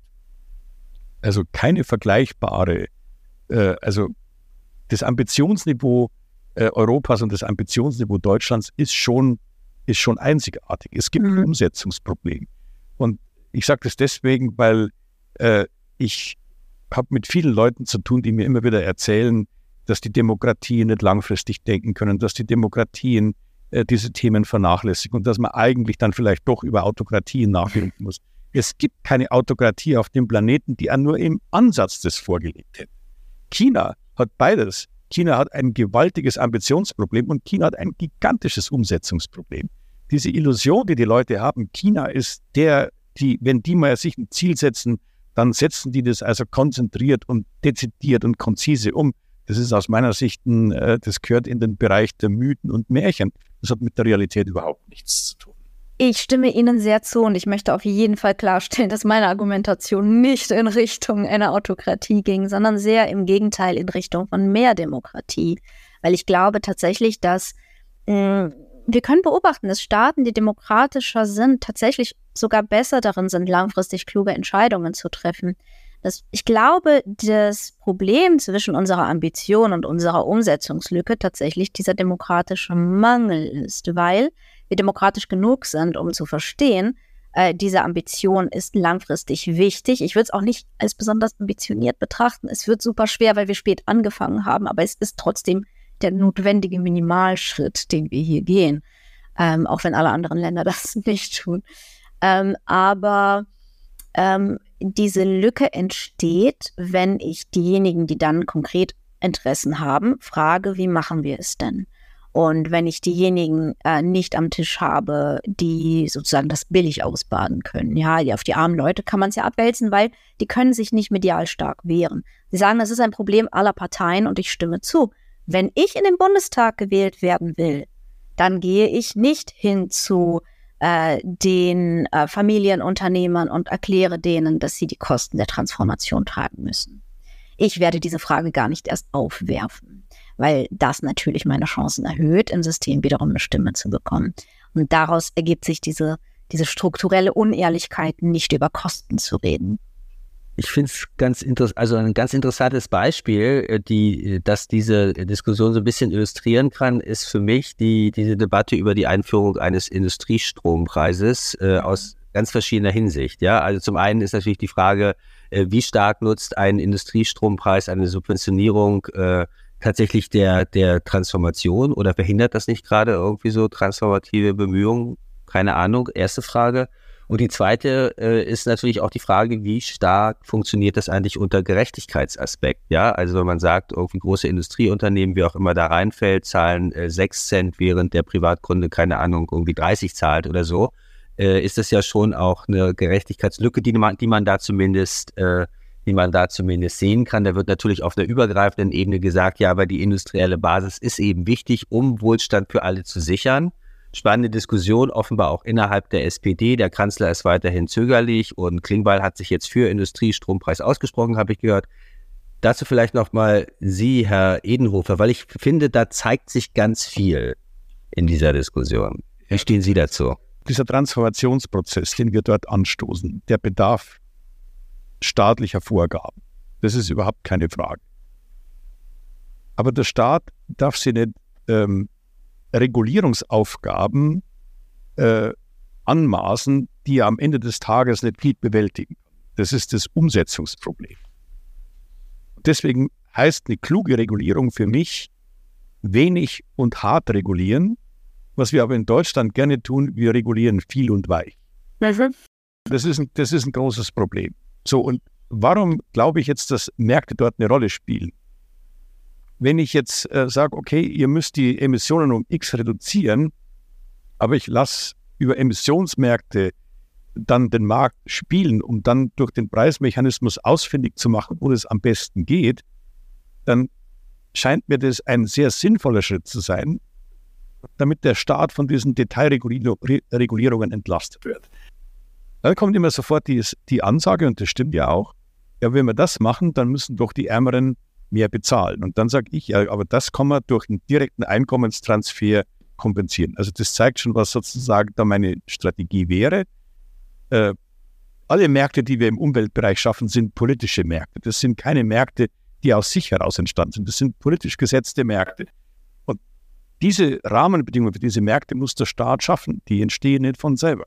also keine vergleichbare, äh, also das Ambitionsniveau äh, Europas und das Ambitionsniveau Deutschlands ist schon, ist schon einzigartig. Es gibt mhm. ein Umsetzungsproblem. Und ich sage das deswegen, weil äh, ich habe mit vielen Leuten zu tun, die mir immer wieder erzählen, dass die Demokratien nicht langfristig denken können, dass die Demokratien äh, diese Themen vernachlässigen und dass man eigentlich dann vielleicht doch über Autokratien nachdenken muss. Es gibt keine Autokratie auf dem Planeten, die nur im Ansatz das vorgelegt hätte. China hat beides. China hat ein gewaltiges Ambitionsproblem und China hat ein gigantisches Umsetzungsproblem. Diese Illusion, die die Leute haben, China ist der, die, wenn die mal sich ein Ziel setzen, dann setzen die das also konzentriert und dezidiert und konzise um. Das ist aus meiner Sicht, ein, äh, das gehört in den Bereich der Mythen und Märchen. Das hat mit der Realität überhaupt nichts zu tun. Ich stimme Ihnen sehr zu und ich möchte auf jeden Fall klarstellen, dass meine Argumentation nicht in Richtung einer Autokratie ging, sondern sehr im Gegenteil in Richtung von mehr Demokratie. Weil ich glaube tatsächlich, dass mh, wir können beobachten, dass Staaten, die demokratischer sind, tatsächlich sogar besser darin sind, langfristig kluge Entscheidungen zu treffen. Das, ich glaube, das Problem zwischen unserer Ambition und unserer Umsetzungslücke tatsächlich dieser demokratische Mangel ist, weil wir demokratisch genug sind, um zu verstehen, äh, diese Ambition ist langfristig wichtig. Ich würde es auch nicht als besonders ambitioniert betrachten. Es wird super schwer, weil wir spät angefangen haben, aber es ist trotzdem der notwendige Minimalschritt, den wir hier gehen, ähm, auch wenn alle anderen Länder das nicht tun. Ähm, aber ähm, diese Lücke entsteht, wenn ich diejenigen, die dann konkret Interessen haben, frage, wie machen wir es denn? Und wenn ich diejenigen äh, nicht am Tisch habe, die sozusagen das billig ausbaden können, ja, die auf die armen Leute kann man es ja abwälzen, weil die können sich nicht medial stark wehren. Sie sagen, das ist ein Problem aller Parteien und ich stimme zu. Wenn ich in den Bundestag gewählt werden will, dann gehe ich nicht hin zu äh, den äh, Familienunternehmern und erkläre denen, dass sie die Kosten der Transformation tragen müssen. Ich werde diese Frage gar nicht erst aufwerfen, weil das natürlich meine Chancen erhöht, im System wiederum eine Stimme zu bekommen. Und daraus ergibt sich diese, diese strukturelle Unehrlichkeit, nicht über Kosten zu reden. Ich finde es ganz interessant, also ein ganz interessantes Beispiel, die, das diese Diskussion so ein bisschen illustrieren kann, ist für mich die, diese Debatte über die Einführung eines Industriestrompreises äh, aus ganz verschiedener Hinsicht. Ja, also zum einen ist natürlich die Frage, äh, wie stark nutzt ein Industriestrompreis, eine Subventionierung äh, tatsächlich der, der Transformation oder verhindert das nicht gerade irgendwie so transformative Bemühungen? Keine Ahnung, erste Frage. Und die zweite äh, ist natürlich auch die Frage, wie stark funktioniert das eigentlich unter Gerechtigkeitsaspekt? Ja, also wenn man sagt, irgendwie große Industrieunternehmen, wie auch immer da reinfällt, zahlen äh, sechs Cent, während der Privatkunde, keine Ahnung, irgendwie dreißig zahlt oder so, äh, ist das ja schon auch eine Gerechtigkeitslücke, die man, die man da zumindest, äh, die man da zumindest sehen kann. Da wird natürlich auf einer übergreifenden Ebene gesagt, ja, aber die industrielle Basis ist eben wichtig, um Wohlstand für alle zu sichern. Spannende Diskussion, offenbar auch innerhalb der S P D. Der Kanzler ist weiterhin zögerlich und Klingbeil hat sich jetzt für Industriestrompreis ausgesprochen, habe ich gehört. Dazu vielleicht nochmal Sie, Herr Edenhofer, weil ich finde, da zeigt sich ganz viel in dieser Diskussion. Wie stehen Sie dazu? Dieser Transformationsprozess, den wir dort anstoßen, der bedarf staatlicher Vorgaben. Das ist überhaupt keine Frage. Aber der Staat darf sie nicht ähm, Regulierungsaufgaben äh, anmaßen, die er am Ende des Tages nicht gut bewältigen kann. Das ist das Umsetzungsproblem. Deswegen heißt eine kluge Regulierung für mich wenig und hart regulieren. Was wir aber in Deutschland gerne tun, wir regulieren viel und weich. Das ist ein, das ist ein großes Problem. So, und warum glaube ich jetzt, dass Märkte dort eine Rolle spielen? Wenn ich jetzt äh, sage, okay, ihr müsst die Emissionen um X reduzieren, aber ich lasse über Emissionsmärkte dann den Markt spielen, um dann durch den Preismechanismus ausfindig zu machen, wo es am besten geht, dann scheint mir das ein sehr sinnvoller Schritt zu sein, damit der Staat von diesen Detailregulierungen entlastet wird. Dann kommt immer sofort die, die Ansage, und das stimmt ja auch, ja, wenn wir das machen, dann müssen doch die Ärmeren mehr bezahlen. Und dann sage ich, ja, aber das kann man durch einen direkten Einkommenstransfer kompensieren. Also das zeigt schon, was sozusagen da meine Strategie wäre. Äh, alle Märkte, die wir im Umweltbereich schaffen, sind politische Märkte. Das sind keine Märkte, die aus sich heraus entstanden sind. Das sind politisch gesetzte Märkte. Und diese Rahmenbedingungen für diese Märkte muss der Staat schaffen. Die entstehen nicht von selber.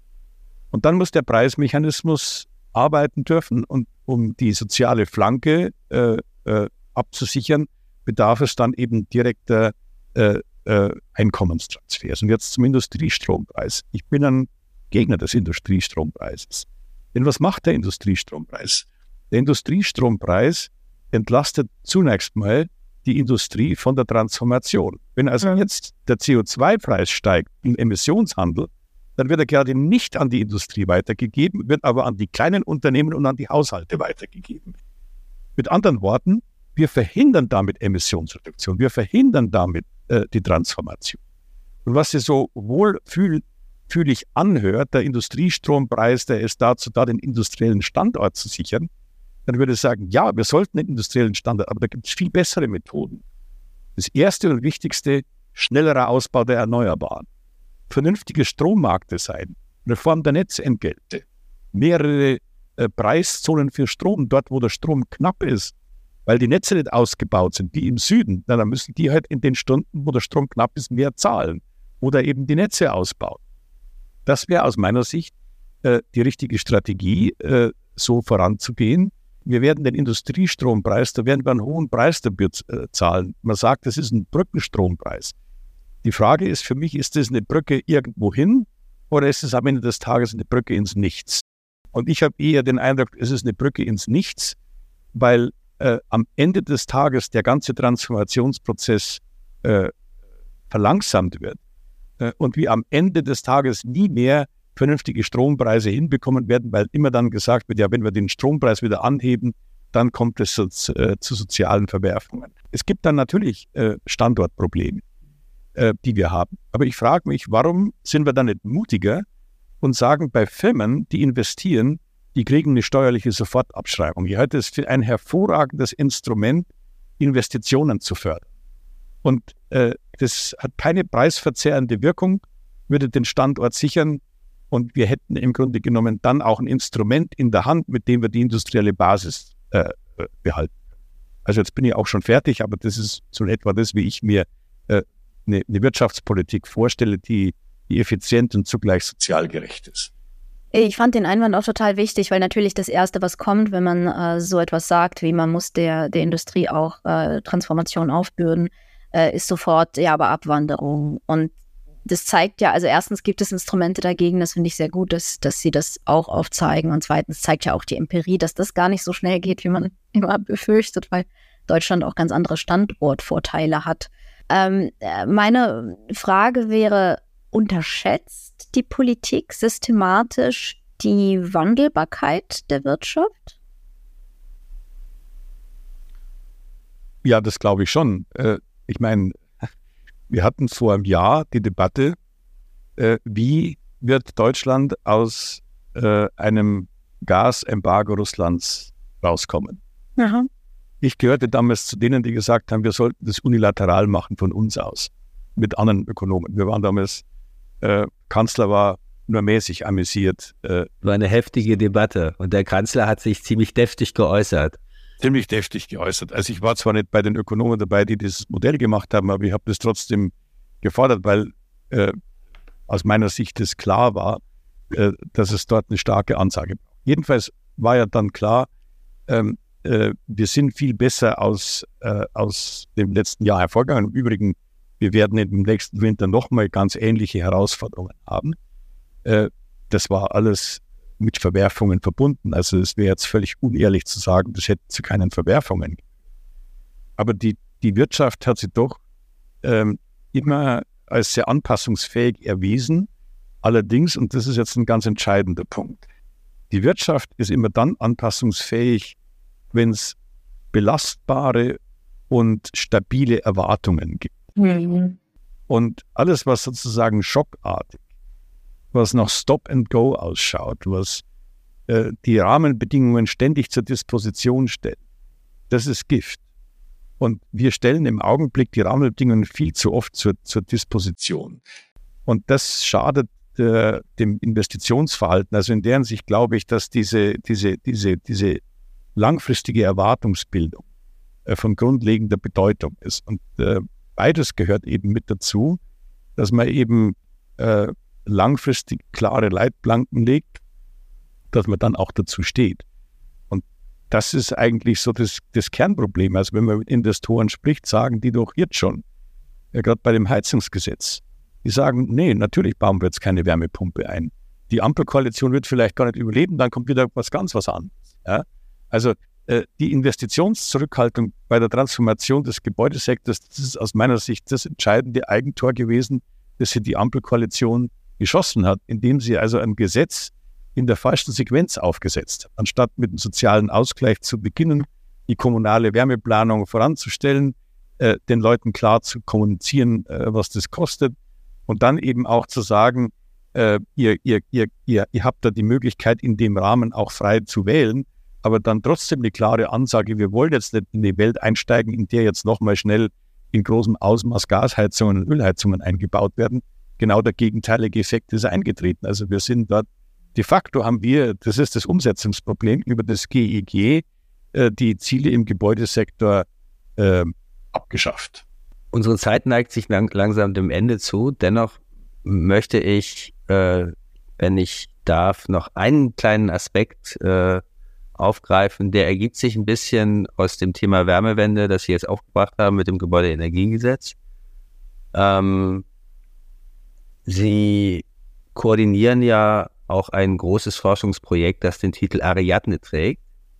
Und dann muss der Preismechanismus arbeiten dürfen. Und um die soziale Flanke äh, äh, abzusichern, bedarf es dann eben direkter äh, äh, Einkommenstransfers. Und jetzt zum Industriestrompreis. Ich bin ein Gegner des Industriestrompreises. Denn was macht der Industriestrompreis? Der Industriestrompreis entlastet zunächst mal die Industrie von der Transformation. Wenn also jetzt der C O zwei Preis steigt im Emissionshandel, dann wird er gerade nicht an die Industrie weitergegeben, wird aber an die kleinen Unternehmen und an die Haushalte weitergegeben. Mit anderen Worten, wir verhindern damit Emissionsreduktion, wir verhindern damit äh, die Transformation. Und was sich so wohlfühlig anhört, der Industriestrompreis, der ist dazu da, den industriellen Standort zu sichern, dann würde ich sagen, ja, wir sollten den industriellen Standort, aber da gibt es viel bessere Methoden. Das erste und wichtigste, schnellerer Ausbau der Erneuerbaren, vernünftige Strommarktdesign, Reform der Netzentgelte, mehrere äh, Preiszonen für Strom, dort wo der Strom knapp ist, weil die Netze nicht ausgebaut sind, die im Süden, na, dann müssen die halt in den Stunden, wo der Strom knapp ist, mehr zahlen oder eben die Netze ausbauen. Das wäre aus meiner Sicht äh, die richtige Strategie, äh, so voranzugehen. Wir werden den Industriestrompreis, da werden wir einen hohen Preis dafür äh, zahlen. Man sagt, das ist ein Brückenstrompreis. Die Frage ist für mich, ist das eine Brücke irgendwo hin oder ist es am Ende des Tages eine Brücke ins Nichts? Und ich habe eher den Eindruck, es ist eine Brücke ins Nichts, weil äh, am Ende des Tages der ganze Transformationsprozess äh, verlangsamt wird äh, und wir am Ende des Tages nie mehr vernünftige Strompreise hinbekommen werden, weil immer dann gesagt wird, ja, wenn wir den Strompreis wieder anheben, dann kommt es so, äh, zu sozialen Verwerfungen. Es gibt dann natürlich äh, Standortprobleme, äh, die wir haben. Aber ich frage mich, warum sind wir dann nicht mutiger und sagen, bei Firmen, die investieren, die kriegen eine steuerliche Sofortabschreibung. Ich halte es für ein hervorragendes Instrument, Investitionen zu fördern. Und äh, das hat keine preisverzerrende Wirkung, würde den Standort sichern Und wir hätten im Grunde genommen dann auch ein Instrument in der Hand, mit dem wir die industrielle Basis äh, behalten. Also jetzt bin ich auch schon fertig, aber das ist so etwa das, wie ich mir äh, eine, eine Wirtschaftspolitik vorstelle, die, die effizient und zugleich sozial gerecht ist. Ich fand den Einwand auch total wichtig, weil natürlich das Erste, was kommt, wenn man äh, so etwas sagt, wie man muss der, der Industrie auch äh, Transformation aufbürden, äh, ist sofort, ja, aber Abwanderung. Und das zeigt ja, also erstens gibt es Instrumente dagegen, das finde ich sehr gut, dass, dass sie das auch aufzeigen. Und zweitens zeigt ja auch die Empirie, dass das gar nicht so schnell geht, wie man immer befürchtet, weil Deutschland auch ganz andere Standortvorteile hat. Ähm, meine Frage wäre, unterschätzt die Politik systematisch die Wandelbarkeit der Wirtschaft? Ja, das glaube ich schon. Äh, ich meine, wir hatten vor einem Jahr die Debatte, äh, wie wird Deutschland aus äh, einem Gasembargo Russlands rauskommen. Aha. Ich gehörte damals zu denen, die gesagt haben, wir sollten das unilateral machen von uns aus, mit anderen Ökonomen. Wir waren damals, äh, Kanzler war nur mäßig amüsiert. Äh, War eine heftige Debatte und der Kanzler hat sich ziemlich deftig geäußert. Ziemlich deftig geäußert. Also ich war zwar nicht bei den Ökonomen dabei, die dieses Modell gemacht haben, aber ich habe das trotzdem gefordert, weil äh, aus meiner Sicht es klar war, äh, dass es dort eine starke Ansage braucht. Jedenfalls war ja dann klar, ähm, äh, wir sind viel besser aus, äh, aus dem letzten Jahr hervorgegangen. Im Übrigen, wir werden im nächsten Winter nochmal ganz ähnliche Herausforderungen haben. Äh, das war alles mit Verwerfungen verbunden. Also es wäre jetzt völlig unehrlich zu sagen, das hätte zu keinen Verwerfungen. Aber die, die Wirtschaft hat sich doch ähm, immer als sehr anpassungsfähig erwiesen. Allerdings, und das ist jetzt ein ganz entscheidender Punkt, die Wirtschaft ist immer dann anpassungsfähig, wenn es belastbare und stabile Erwartungen gibt. Mhm. Und alles, was sozusagen schockartig, was nach Stop and Go ausschaut, was äh, die Rahmenbedingungen ständig zur Disposition stellt, das ist Gift. Und wir stellen im Augenblick die Rahmenbedingungen viel zu oft zur, zur Disposition. Und das schadet äh, dem Investitionsverhalten. Also in deren Sicht glaube ich, dass diese, diese, diese, diese langfristige Erwartungsbildung äh, von grundlegender Bedeutung ist. Und äh, beides gehört eben mit dazu, dass man eben äh, langfristig klare Leitplanken legt, dass man dann auch dazu steht. Und das ist eigentlich so das, das Kernproblem. Also wenn man mit Investoren spricht, sagen die doch jetzt schon, ja, gerade bei dem Heizungsgesetz, die sagen, nee, natürlich bauen wir jetzt keine Wärmepumpe ein. Die Ampelkoalition wird vielleicht gar nicht überleben, dann kommt wieder was ganz was anderes. Ja? Also äh, die Investitionszurückhaltung bei der Transformation des Gebäudesektors, das ist aus meiner Sicht das entscheidende Eigentor gewesen, das hier die Ampelkoalition geschossen hat, indem sie also ein Gesetz in der falschen Sequenz aufgesetzt hat. Anstatt mit dem sozialen Ausgleich zu beginnen, die kommunale Wärmeplanung voranzustellen, äh, den Leuten klar zu kommunizieren, äh, was das kostet und dann eben auch zu sagen, äh, ihr, ihr, ihr, ihr, ihr habt da die Möglichkeit, in dem Rahmen auch frei zu wählen, aber dann trotzdem eine klare Ansage, wir wollen jetzt nicht in die Welt einsteigen, in der jetzt nochmal schnell in großem Ausmaß Gasheizungen und Ölheizungen eingebaut werden. Genau der gegenteilige Effekt ist eingetreten. Also wir sind dort, de facto haben wir, das ist das Umsetzungsproblem, über das G E G äh, die Ziele im Gebäudesektor äh, abgeschafft. Unsere Zeit neigt sich lang, langsam dem Ende zu. Dennoch möchte ich, äh, wenn ich darf, noch einen kleinen Aspekt äh, aufgreifen. Der ergibt sich ein bisschen aus dem Thema Wärmewende, das Sie jetzt aufgebracht haben mit dem Gebäudeenergiegesetz. Ähm, Sie koordinieren ja auch ein großes Forschungsprojekt, das den Titel Ariadne trägt.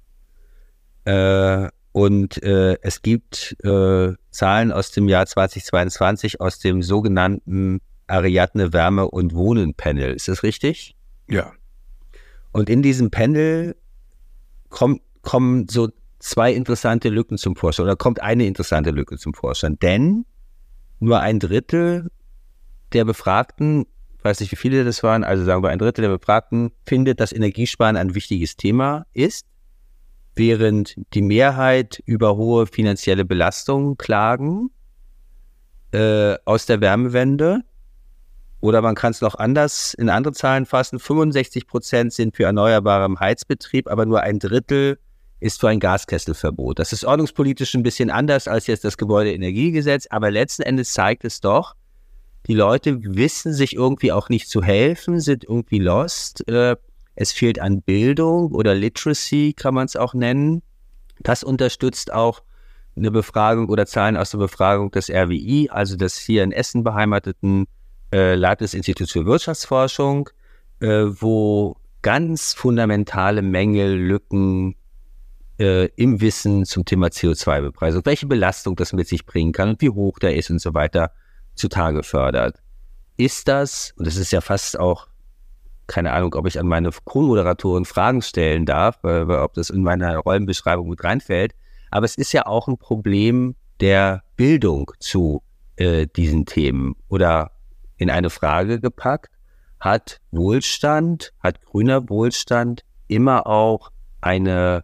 Äh, und äh, es gibt äh, Zahlen aus dem Jahr zweitausendzweiundzwanzig aus dem sogenannten Ariadne Wärme- und Wohnen-Panel. Ist das richtig? Ja. Und in diesem Panel kommt, kommen so zwei interessante Lücken zum Vorschein, oder kommt eine interessante Lücke zum Vorschein. Denn nur ein Drittel der Befragten, ich weiß nicht, wie viele das waren, also sagen wir ein Drittel der Befragten, findet, dass Energiesparen ein wichtiges Thema ist, während die Mehrheit über hohe finanzielle Belastungen klagen äh, aus der Wärmewende Oder man kann es noch anders in andere Zahlen fassen. fünfundsechzig Prozent sind für Erneuerbare im Heizbetrieb, aber nur ein Drittel ist für ein Gaskesselverbot. Das ist ordnungspolitisch ein bisschen anders als jetzt das Gebäudeenergiegesetz, aber letzten Endes zeigt es doch, die Leute wissen sich irgendwie auch nicht zu helfen, sind irgendwie lost. Es fehlt an Bildung oder Literacy, kann man es auch nennen. Das unterstützt auch eine Befragung oder Zahlen aus der Befragung des R W I, also des hier in Essen beheimateten äh, Leibniz-Instituts für Wirtschaftsforschung, äh, wo ganz fundamentale Mängel, Lücken äh, im Wissen zum Thema C O zwei Bepreisung, welche Belastung das mit sich bringen kann und wie hoch der ist und so weiter, zutage fördert. Ist das, und das ist ja fast auch, keine Ahnung, ob ich an meine Co-Moderatoren Fragen stellen darf, äh, ob das in meiner Rollenbeschreibung mit reinfällt, aber es ist ja auch ein Problem der Bildung zu äh, diesen Themen. Oder in eine Frage gepackt, hat Wohlstand, hat grüner Wohlstand immer auch eine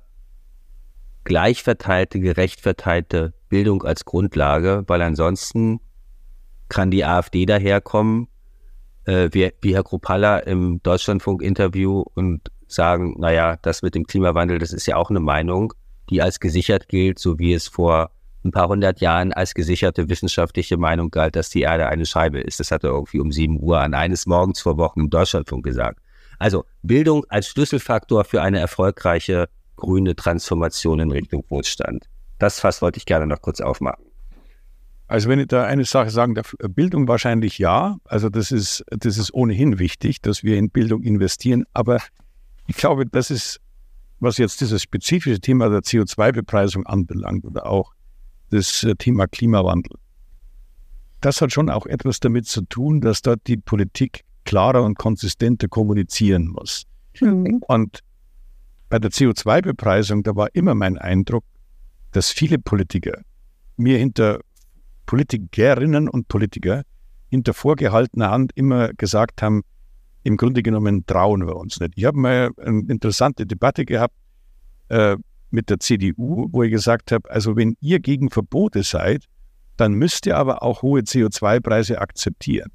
gleich verteilte, gerecht verteilte Bildung als Grundlage, weil ansonsten kann die AfD daherkommen, äh, wie, wie Herr Kruppalla im Deutschlandfunk-Interview und sagen, naja, das mit dem Klimawandel, das ist ja auch eine Meinung, die als gesichert gilt, so wie es vor ein paar hundert Jahren als gesicherte wissenschaftliche Meinung galt, dass die Erde eine Scheibe ist. Das hat er irgendwie um sieben Uhr an eines Morgens vor Wochen im Deutschlandfunk gesagt. Also Bildung als Schlüsselfaktor für eine erfolgreiche grüne Transformation in Richtung Wohlstand. Das Fass wollte ich gerne noch kurz aufmachen. Also wenn ich da eine Sache sagen darf, Bildung wahrscheinlich ja, also das ist, das ist ohnehin wichtig, dass wir in Bildung investieren, aber ich glaube, das ist, was jetzt dieses spezifische Thema der C O zwei Bepreisung anbelangt oder auch das Thema Klimawandel. Das hat schon auch etwas damit zu tun, dass dort die Politik klarer und konsistenter kommunizieren muss. Mhm. Und bei der C O zwei Bepreisung, da war immer mein Eindruck, dass viele Politiker mir hinter Politikerinnen und Politiker hinter vorgehaltener Hand immer gesagt haben, im Grunde genommen trauen wir uns nicht. Ich habe mal eine interessante Debatte gehabt äh, mit der C D U, wo ich gesagt habe, also wenn ihr gegen Verbote seid, dann müsst ihr aber auch hohe C O zwei Preise akzeptieren.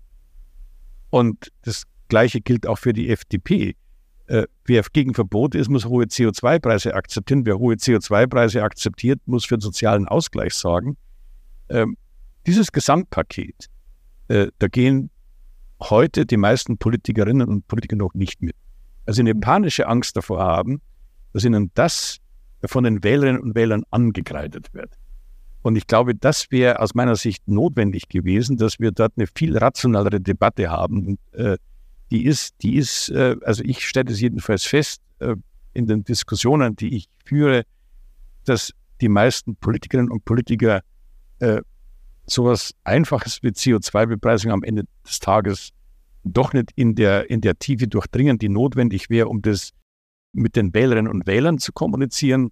Und das Gleiche gilt auch für die F D P. Äh, wer gegen Verbote ist, muss hohe C O zwei Preise akzeptieren. Wer hohe C O zwei Preise akzeptiert, muss für den sozialen Ausgleich sorgen. Ähm, dieses Gesamtpaket, äh, da gehen heute die meisten Politikerinnen und Politiker noch nicht mit. Also eine panische Angst davor haben, dass ihnen das von den Wählerinnen und Wählern angekreidet wird. Und ich glaube, das wäre aus meiner Sicht notwendig gewesen, dass wir dort eine viel rationalere Debatte haben. Und, äh, die ist, die ist, äh, also ich stelle es jedenfalls fest, äh, in den Diskussionen, die ich führe, dass die meisten Politikerinnen und Politiker äh, sowas Einfaches wie C O zwei Bepreisung am Ende des Tages doch nicht in der, in der Tiefe durchdringen, die notwendig wäre, um das mit den Wählerinnen und Wählern zu kommunizieren.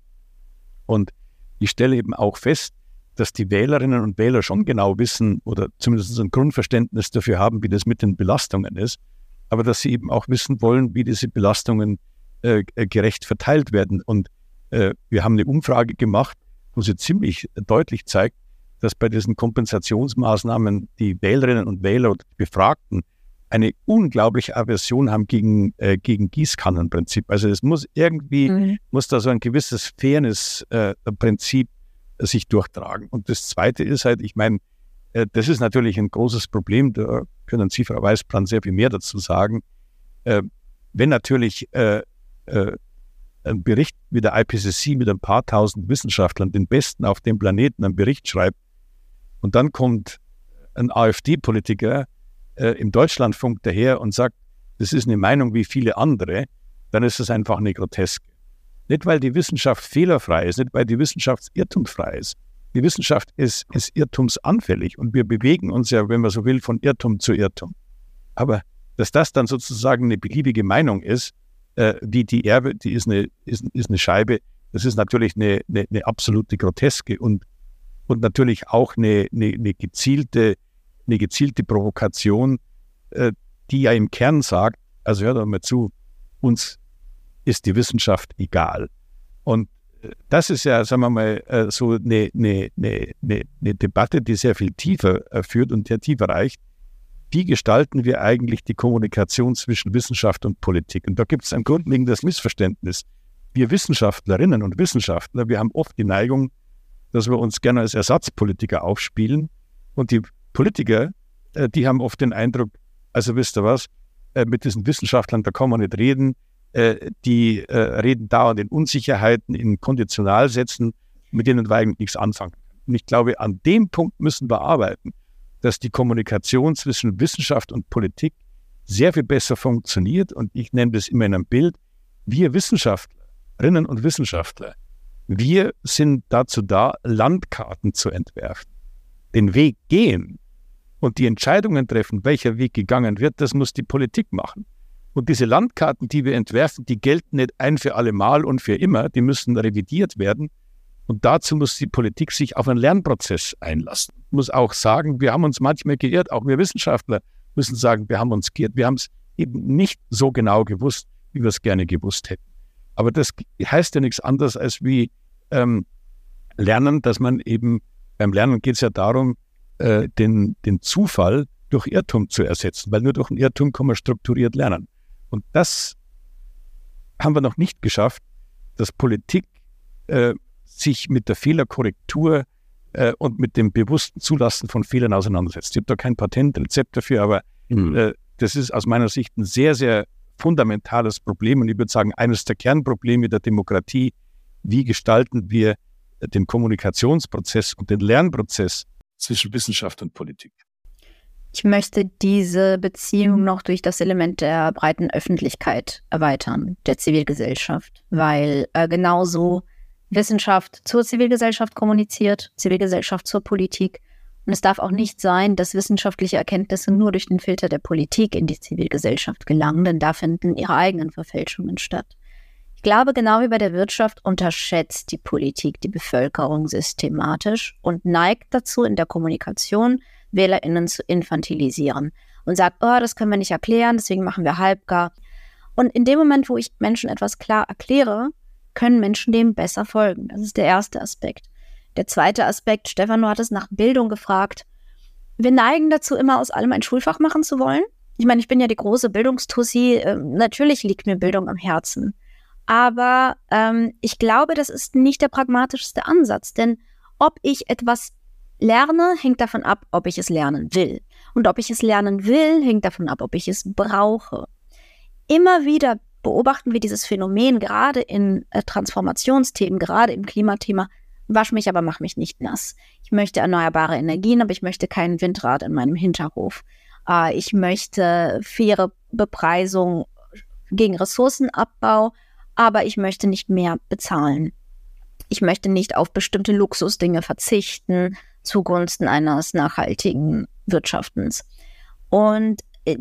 Und ich stelle eben auch fest, dass die Wählerinnen und Wähler schon genau wissen oder zumindest ein Grundverständnis dafür haben, wie das mit den Belastungen ist, aber dass sie eben auch wissen wollen, wie diese Belastungen äh, gerecht verteilt werden. Und äh, wir haben eine Umfrage gemacht, wo sie ziemlich deutlich zeigt, dass bei diesen Kompensationsmaßnahmen die Wählerinnen und Wähler oder die Befragten eine unglaubliche Aversion haben gegen, äh, gegen Gießkannenprinzip. Also es muss irgendwie, mhm. muss da so ein gewisses Fairness-Prinzip äh, sich durchtragen. Und das Zweite ist halt, ich meine, äh, das ist natürlich ein großes Problem, da können Sie, Frau Weißbrand, sehr viel mehr dazu sagen. Äh, wenn natürlich äh, äh, ein Bericht wie der I P C C mit ein paar tausend Wissenschaftlern, den Besten auf dem Planeten, einen Bericht schreibt und dann kommt ein AfD-Politiker äh, im Deutschlandfunk daher und sagt, das ist eine Meinung wie viele andere, dann ist das einfach eine Groteske. Nicht, weil die Wissenschaft fehlerfrei ist, nicht, weil die Wissenschaft irrtumsfrei ist. Die Wissenschaft ist, ist irrtumsanfällig und wir bewegen uns ja, wenn man so will, von Irrtum zu Irrtum. Aber dass das dann sozusagen eine beliebige Meinung ist, äh, die, die Erbe, die ist eine, ist, ist eine Scheibe, das ist natürlich eine, eine, eine absolute Groteske und, und natürlich auch eine, eine, eine, gezielte, eine gezielte Provokation, äh, die ja im Kern sagt, also hört doch mal zu, uns ist die Wissenschaft egal. Und das ist ja, sagen wir mal, so eine, eine, eine, eine Debatte, die sehr viel tiefer führt und sehr tiefer reicht, wie gestalten wir eigentlich die Kommunikation zwischen Wissenschaft und Politik? Und da gibt es ein grundlegendes Missverständnis. Wir Wissenschaftlerinnen und Wissenschaftler, wir haben oft die Neigung, dass wir uns gerne als Ersatzpolitiker aufspielen. Und die Politiker, äh, die haben oft den Eindruck, also wisst ihr was, äh, mit diesen Wissenschaftlern, da kann man nicht reden. Äh, die äh, reden dauernd in Unsicherheiten, in Konditionalsätzen, mit denen wir eigentlich nichts anfangen. Und ich glaube, an dem Punkt müssen wir arbeiten, dass die Kommunikation zwischen Wissenschaft und Politik sehr viel besser funktioniert. Und ich nenne das immer in einem Bild, wir Wissenschaftlerinnen und Wissenschaftler, wir sind dazu da, Landkarten zu entwerfen, den Weg gehen und die Entscheidungen treffen, welcher Weg gegangen wird, das muss die Politik machen. Und diese Landkarten, die wir entwerfen, die gelten nicht ein für alle Mal und für immer, die müssen revidiert werden. Und dazu muss die Politik sich auf einen Lernprozess einlassen. Muss auch sagen, wir haben uns manchmal geirrt, auch wir Wissenschaftler müssen sagen, wir haben uns geirrt. Wir haben es eben nicht so genau gewusst, wie wir es gerne gewusst hätten. Aber das heißt ja nichts anderes als wie ähm, Lernen, dass man eben, beim Lernen geht es ja darum, äh, den, den Zufall durch Irrtum zu ersetzen, weil nur durch einen Irrtum kann man strukturiert lernen. Und das haben wir noch nicht geschafft, dass Politik äh, sich mit der Fehlerkorrektur äh, und mit dem bewussten Zulassen von Fehlern auseinandersetzt. Ich habe da kein Patentrezept dafür, aber mhm. äh, das ist aus meiner Sicht ein sehr, sehr fundamentales Problem und ich würde sagen, eines der Kernprobleme der Demokratie. Wie gestalten wir den Kommunikationsprozess und den Lernprozess zwischen Wissenschaft und Politik? Ich möchte diese Beziehung noch durch das Element der breiten Öffentlichkeit erweitern, der Zivilgesellschaft, weil äh, genauso Wissenschaft zur Zivilgesellschaft kommuniziert, Zivilgesellschaft zur Politik. Und es darf auch nicht sein, dass wissenschaftliche Erkenntnisse nur durch den Filter der Politik in die Zivilgesellschaft gelangen, denn da finden ihre eigenen Verfälschungen statt. Ich glaube, genau wie bei der Wirtschaft unterschätzt die Politik die Bevölkerung systematisch und neigt dazu, in der Kommunikation WählerInnen zu infantilisieren und sagt, oh, das können wir nicht erklären, deswegen machen wir halbgar. Und in dem Moment, wo ich Menschen etwas klar erkläre, können Menschen dem besser folgen. Das ist der erste Aspekt. Der zweite Aspekt, Stefan, du hattest nach Bildung gefragt. Wir neigen dazu, immer aus allem ein Schulfach machen zu wollen. Ich meine, ich bin ja die große Bildungstussi. Äh, natürlich liegt mir Bildung am Herzen. Aber ähm, ich glaube, das ist nicht der pragmatischste Ansatz. Denn ob ich etwas lerne, hängt davon ab, ob ich es lernen will. Und ob ich es lernen will, hängt davon ab, ob ich es brauche. Immer wieder beobachten wir dieses Phänomen, gerade in äh, Transformationsthemen, gerade im Klimathema. Wasch mich, aber mach mich nicht nass. Ich möchte erneuerbare Energien, aber ich möchte kein Windrad in meinem Hinterhof. Äh, ich möchte faire Bepreisung gegen Ressourcenabbau, aber ich möchte nicht mehr bezahlen. Ich möchte nicht auf bestimmte Luxusdinge verzichten zugunsten eines nachhaltigen Wirtschaftens. Und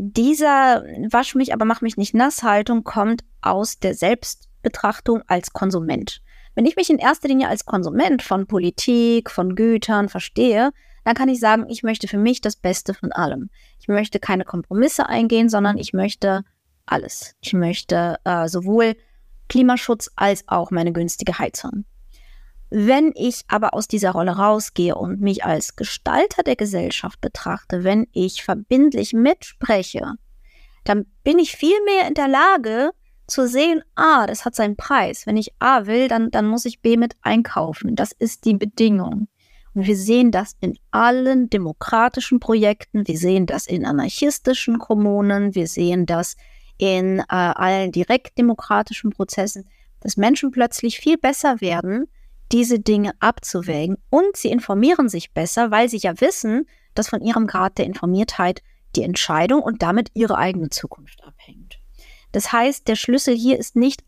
dieser Wasch mich, aber mach mich nicht nass Haltung kommt aus der Selbstbetrachtung als Konsument. Wenn ich mich in erster Linie als Konsument von Politik, von Gütern verstehe, dann kann ich sagen, ich möchte für mich das Beste von allem. Ich möchte keine Kompromisse eingehen, sondern ich möchte alles. Ich möchte äh, sowohl Klimaschutz als auch meine günstige Heizung. Wenn ich aber aus dieser Rolle rausgehe und mich als Gestalter der Gesellschaft betrachte, wenn ich verbindlich mitspreche, dann bin ich viel mehr in der Lage zu sehen, A, das hat seinen Preis. Wenn ich A will, dann, dann muss ich B mit einkaufen. Das ist die Bedingung. Und wir sehen das in allen demokratischen Projekten, wir sehen das in anarchistischen Kommunen, wir sehen das in äh, allen direktdemokratischen Prozessen, dass Menschen plötzlich viel besser werden, diese Dinge abzuwägen und sie informieren sich besser, weil sie ja wissen, dass von ihrem Grad der Informiertheit die Entscheidung und damit ihre eigene Zukunft abhängt. Das heißt, der Schlüssel hier ist nicht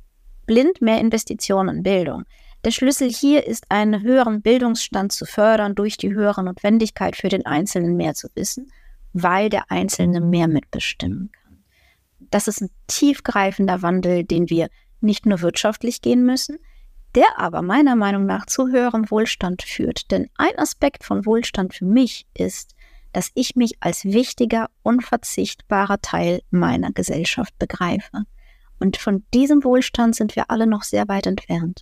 blind mehr Investitionen in Bildung. Der Schlüssel hier ist, einen höheren Bildungsstand zu fördern durch die höhere Notwendigkeit für den Einzelnen mehr zu wissen, weil der Einzelne mehr mitbestimmen kann. Das ist ein tiefgreifender Wandel, den wir nicht nur wirtschaftlich gehen müssen, der aber meiner Meinung nach zu höherem Wohlstand führt. Denn ein Aspekt von Wohlstand für mich ist, dass ich mich als wichtiger, unverzichtbarer Teil meiner Gesellschaft begreife. Und von diesem Wohlstand sind wir alle noch sehr weit entfernt.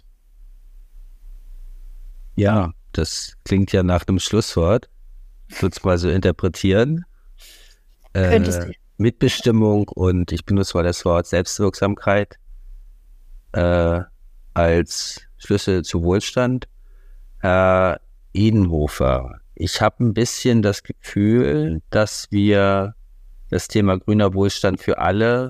Ja, das klingt ja nach einem Schlusswort. Ich würde es mal so interpretieren. äh, Mitbestimmung und ich benutze mal das Wort Selbstwirksamkeit äh, als Schlüssel zu Wohlstand. Herr Edenhofer, ich habe ein bisschen das Gefühl, dass wir das Thema grüner Wohlstand für alle,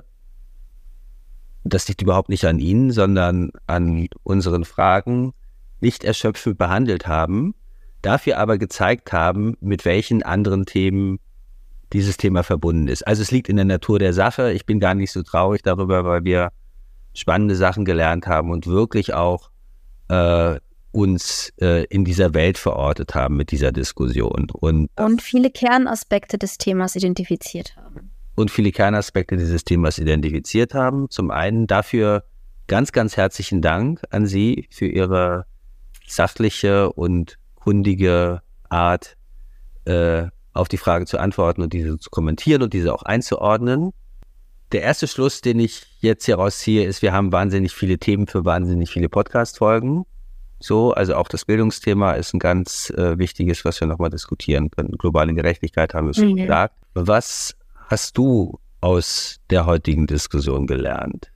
das liegt überhaupt nicht an Ihnen, sondern an unseren Fragen, nicht erschöpfend behandelt haben, dafür aber gezeigt haben, mit welchen anderen Themen dieses Thema verbunden ist. Also es liegt in der Natur der Sache. Ich bin gar nicht so traurig darüber, weil wir spannende Sachen gelernt haben und wirklich auch äh, uns äh, in dieser Welt verortet haben mit dieser Diskussion. Und, und viele Kernaspekte des Themas identifiziert haben. Und viele Kernaspekte dieses Themas identifiziert haben. Zum einen dafür ganz, ganz herzlichen Dank an Sie für Ihre sachliche und kundige Art, äh, auf die Frage zu antworten und diese zu kommentieren und diese auch einzuordnen. Der erste Schluss, den ich jetzt hier rausziehe, ist, wir haben wahnsinnig viele Themen für wahnsinnig viele Podcast-Folgen. So, also auch das Bildungsthema ist ein ganz äh, wichtiges, was wir nochmal diskutieren können. Globale Gerechtigkeit haben wir schon mhm. gesagt. Was hast du aus der heutigen Diskussion gelernt?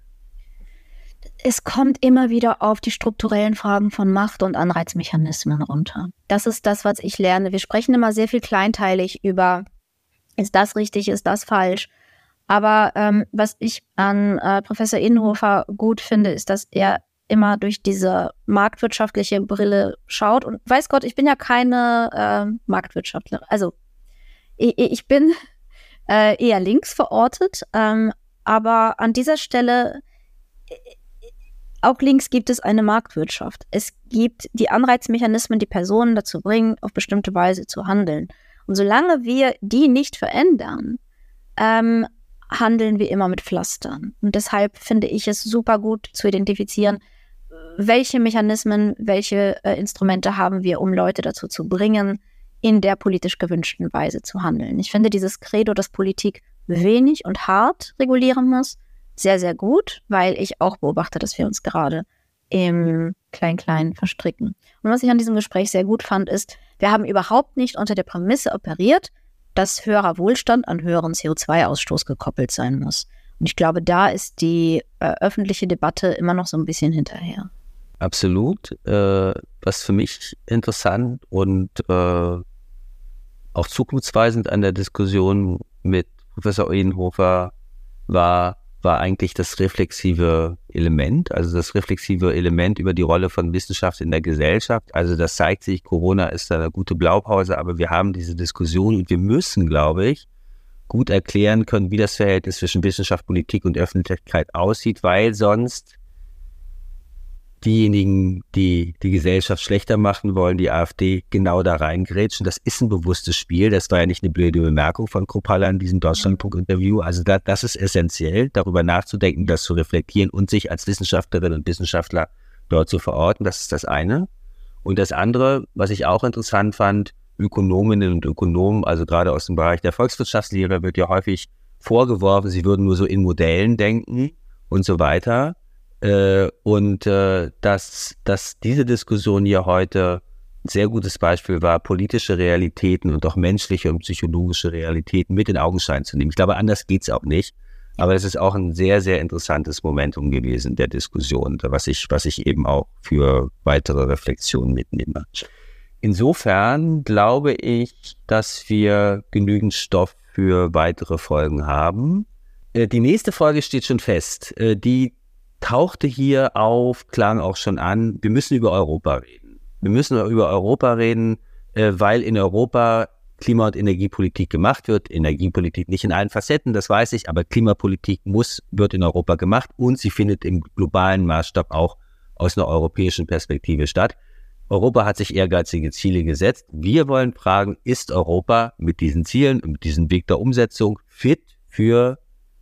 Es kommt immer wieder auf die strukturellen Fragen von Macht und Anreizmechanismen runter. Das ist das, was ich lerne. Wir sprechen immer sehr viel kleinteilig über, ist das richtig, ist das falsch. Aber ähm, was ich an äh, Professor Edenhofer gut finde, ist, dass er immer durch diese marktwirtschaftliche Brille schaut. Und weiß Gott, ich bin ja keine äh, Marktwirtschaftlerin. Also ich, ich bin äh, eher links verortet. Ähm, aber an dieser Stelle, auch links gibt es eine Marktwirtschaft. Es gibt die Anreizmechanismen, die Personen dazu bringen, auf bestimmte Weise zu handeln. Und solange wir die nicht verändern, ähm, handeln wir immer mit Pflastern. Und deshalb finde ich es super gut zu identifizieren, welche Mechanismen, welche äh, Instrumente haben wir, um Leute dazu zu bringen, in der politisch gewünschten Weise zu handeln. Ich finde dieses Credo, dass Politik wenig und hart regulieren muss, sehr, sehr gut, weil ich auch beobachte, dass wir uns gerade im Klein-Klein verstricken. Und was ich an diesem Gespräch sehr gut fand, ist, wir haben überhaupt nicht unter der Prämisse operiert, dass höherer Wohlstand an höheren C O zwei Ausstoß gekoppelt sein muss. Und ich glaube, da ist die äh, öffentliche Debatte immer noch so ein bisschen hinterher. Absolut. Äh, was für mich interessant und äh, auch zukunftsweisend an der Diskussion mit Professor Edenhofer war, war eigentlich das reflexive Element, also das reflexive Element über die Rolle von Wissenschaft in der Gesellschaft. Also das zeigt sich, Corona ist da eine gute Blaupause, aber wir haben diese Diskussion und wir müssen, glaube ich, gut erklären können, wie das Verhältnis zwischen Wissenschaft, Politik und Öffentlichkeit aussieht, weil sonst diejenigen, die die Gesellschaft schlechter machen wollen, die AfD, genau da reingrätschen. Das ist ein bewusstes Spiel. Das war ja nicht eine blöde Bemerkung von Kruppalla in diesem Deutschlandfunk-Interview. Also da, das ist essentiell, darüber nachzudenken, das zu reflektieren und sich als Wissenschaftlerin und Wissenschaftler dort zu verorten. Das ist das eine. Und das andere, was ich auch interessant fand, Ökonominnen und Ökonomen, also gerade aus dem Bereich der Volkswirtschaftslehre, wird ja häufig vorgeworfen, sie würden nur so in Modellen denken und so weiter. Äh, und äh, dass, dass diese Diskussion hier heute ein sehr gutes Beispiel war, politische Realitäten und auch menschliche und psychologische Realitäten mit in Augenschein zu nehmen. Ich glaube, anders geht's auch nicht. Aber es ist auch ein sehr, sehr interessantes Momentum gewesen der Diskussion, was ich, was ich eben auch für weitere Reflexionen mitnehme. Insofern glaube ich, dass wir genügend Stoff für weitere Folgen haben. Äh, die nächste Folge steht schon fest. Äh, die tauchte hier auf, klang auch schon an, wir müssen über Europa reden. Wir müssen über Europa reden, äh, weil in Europa Klima- und Energiepolitik gemacht wird. Energiepolitik nicht in allen Facetten, das weiß ich, aber Klimapolitik muss, wird in Europa gemacht und sie findet im globalen Maßstab auch aus einer europäischen Perspektive statt. Europa hat sich ehrgeizige Ziele gesetzt. Wir wollen fragen, ist Europa mit diesen Zielen und mit diesem Weg der Umsetzung fit für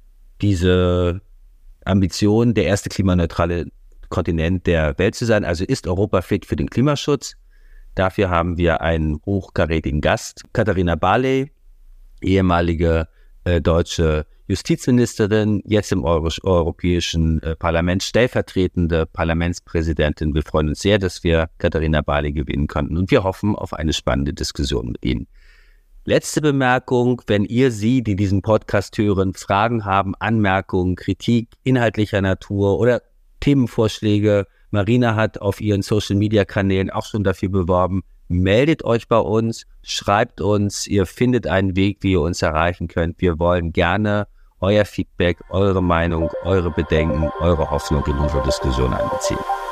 diese Ambition, der erste klimaneutrale Kontinent der Welt zu sein? Also ist Europa fit für den Klimaschutz? Dafür haben wir einen hochkarätigen Gast, Katharina Barley, ehemalige äh, deutsche Justizministerin, jetzt im Euro- Europäischen äh, Parlament stellvertretende Parlamentspräsidentin. Wir freuen uns sehr, dass wir Katharina Barley gewinnen konnten und wir hoffen auf eine spannende Diskussion mit Ihnen. Letzte Bemerkung, wenn ihr Sie, die diesen Podcast hören, Fragen haben, Anmerkungen, Kritik inhaltlicher Natur oder Themenvorschläge, Marina hat auf ihren Social-Media-Kanälen auch schon dafür beworben, meldet euch bei uns, schreibt uns, ihr findet einen Weg, wie ihr uns erreichen könnt. Wir wollen gerne euer Feedback, eure Meinung, eure Bedenken, eure Hoffnung in unsere Diskussion einbeziehen.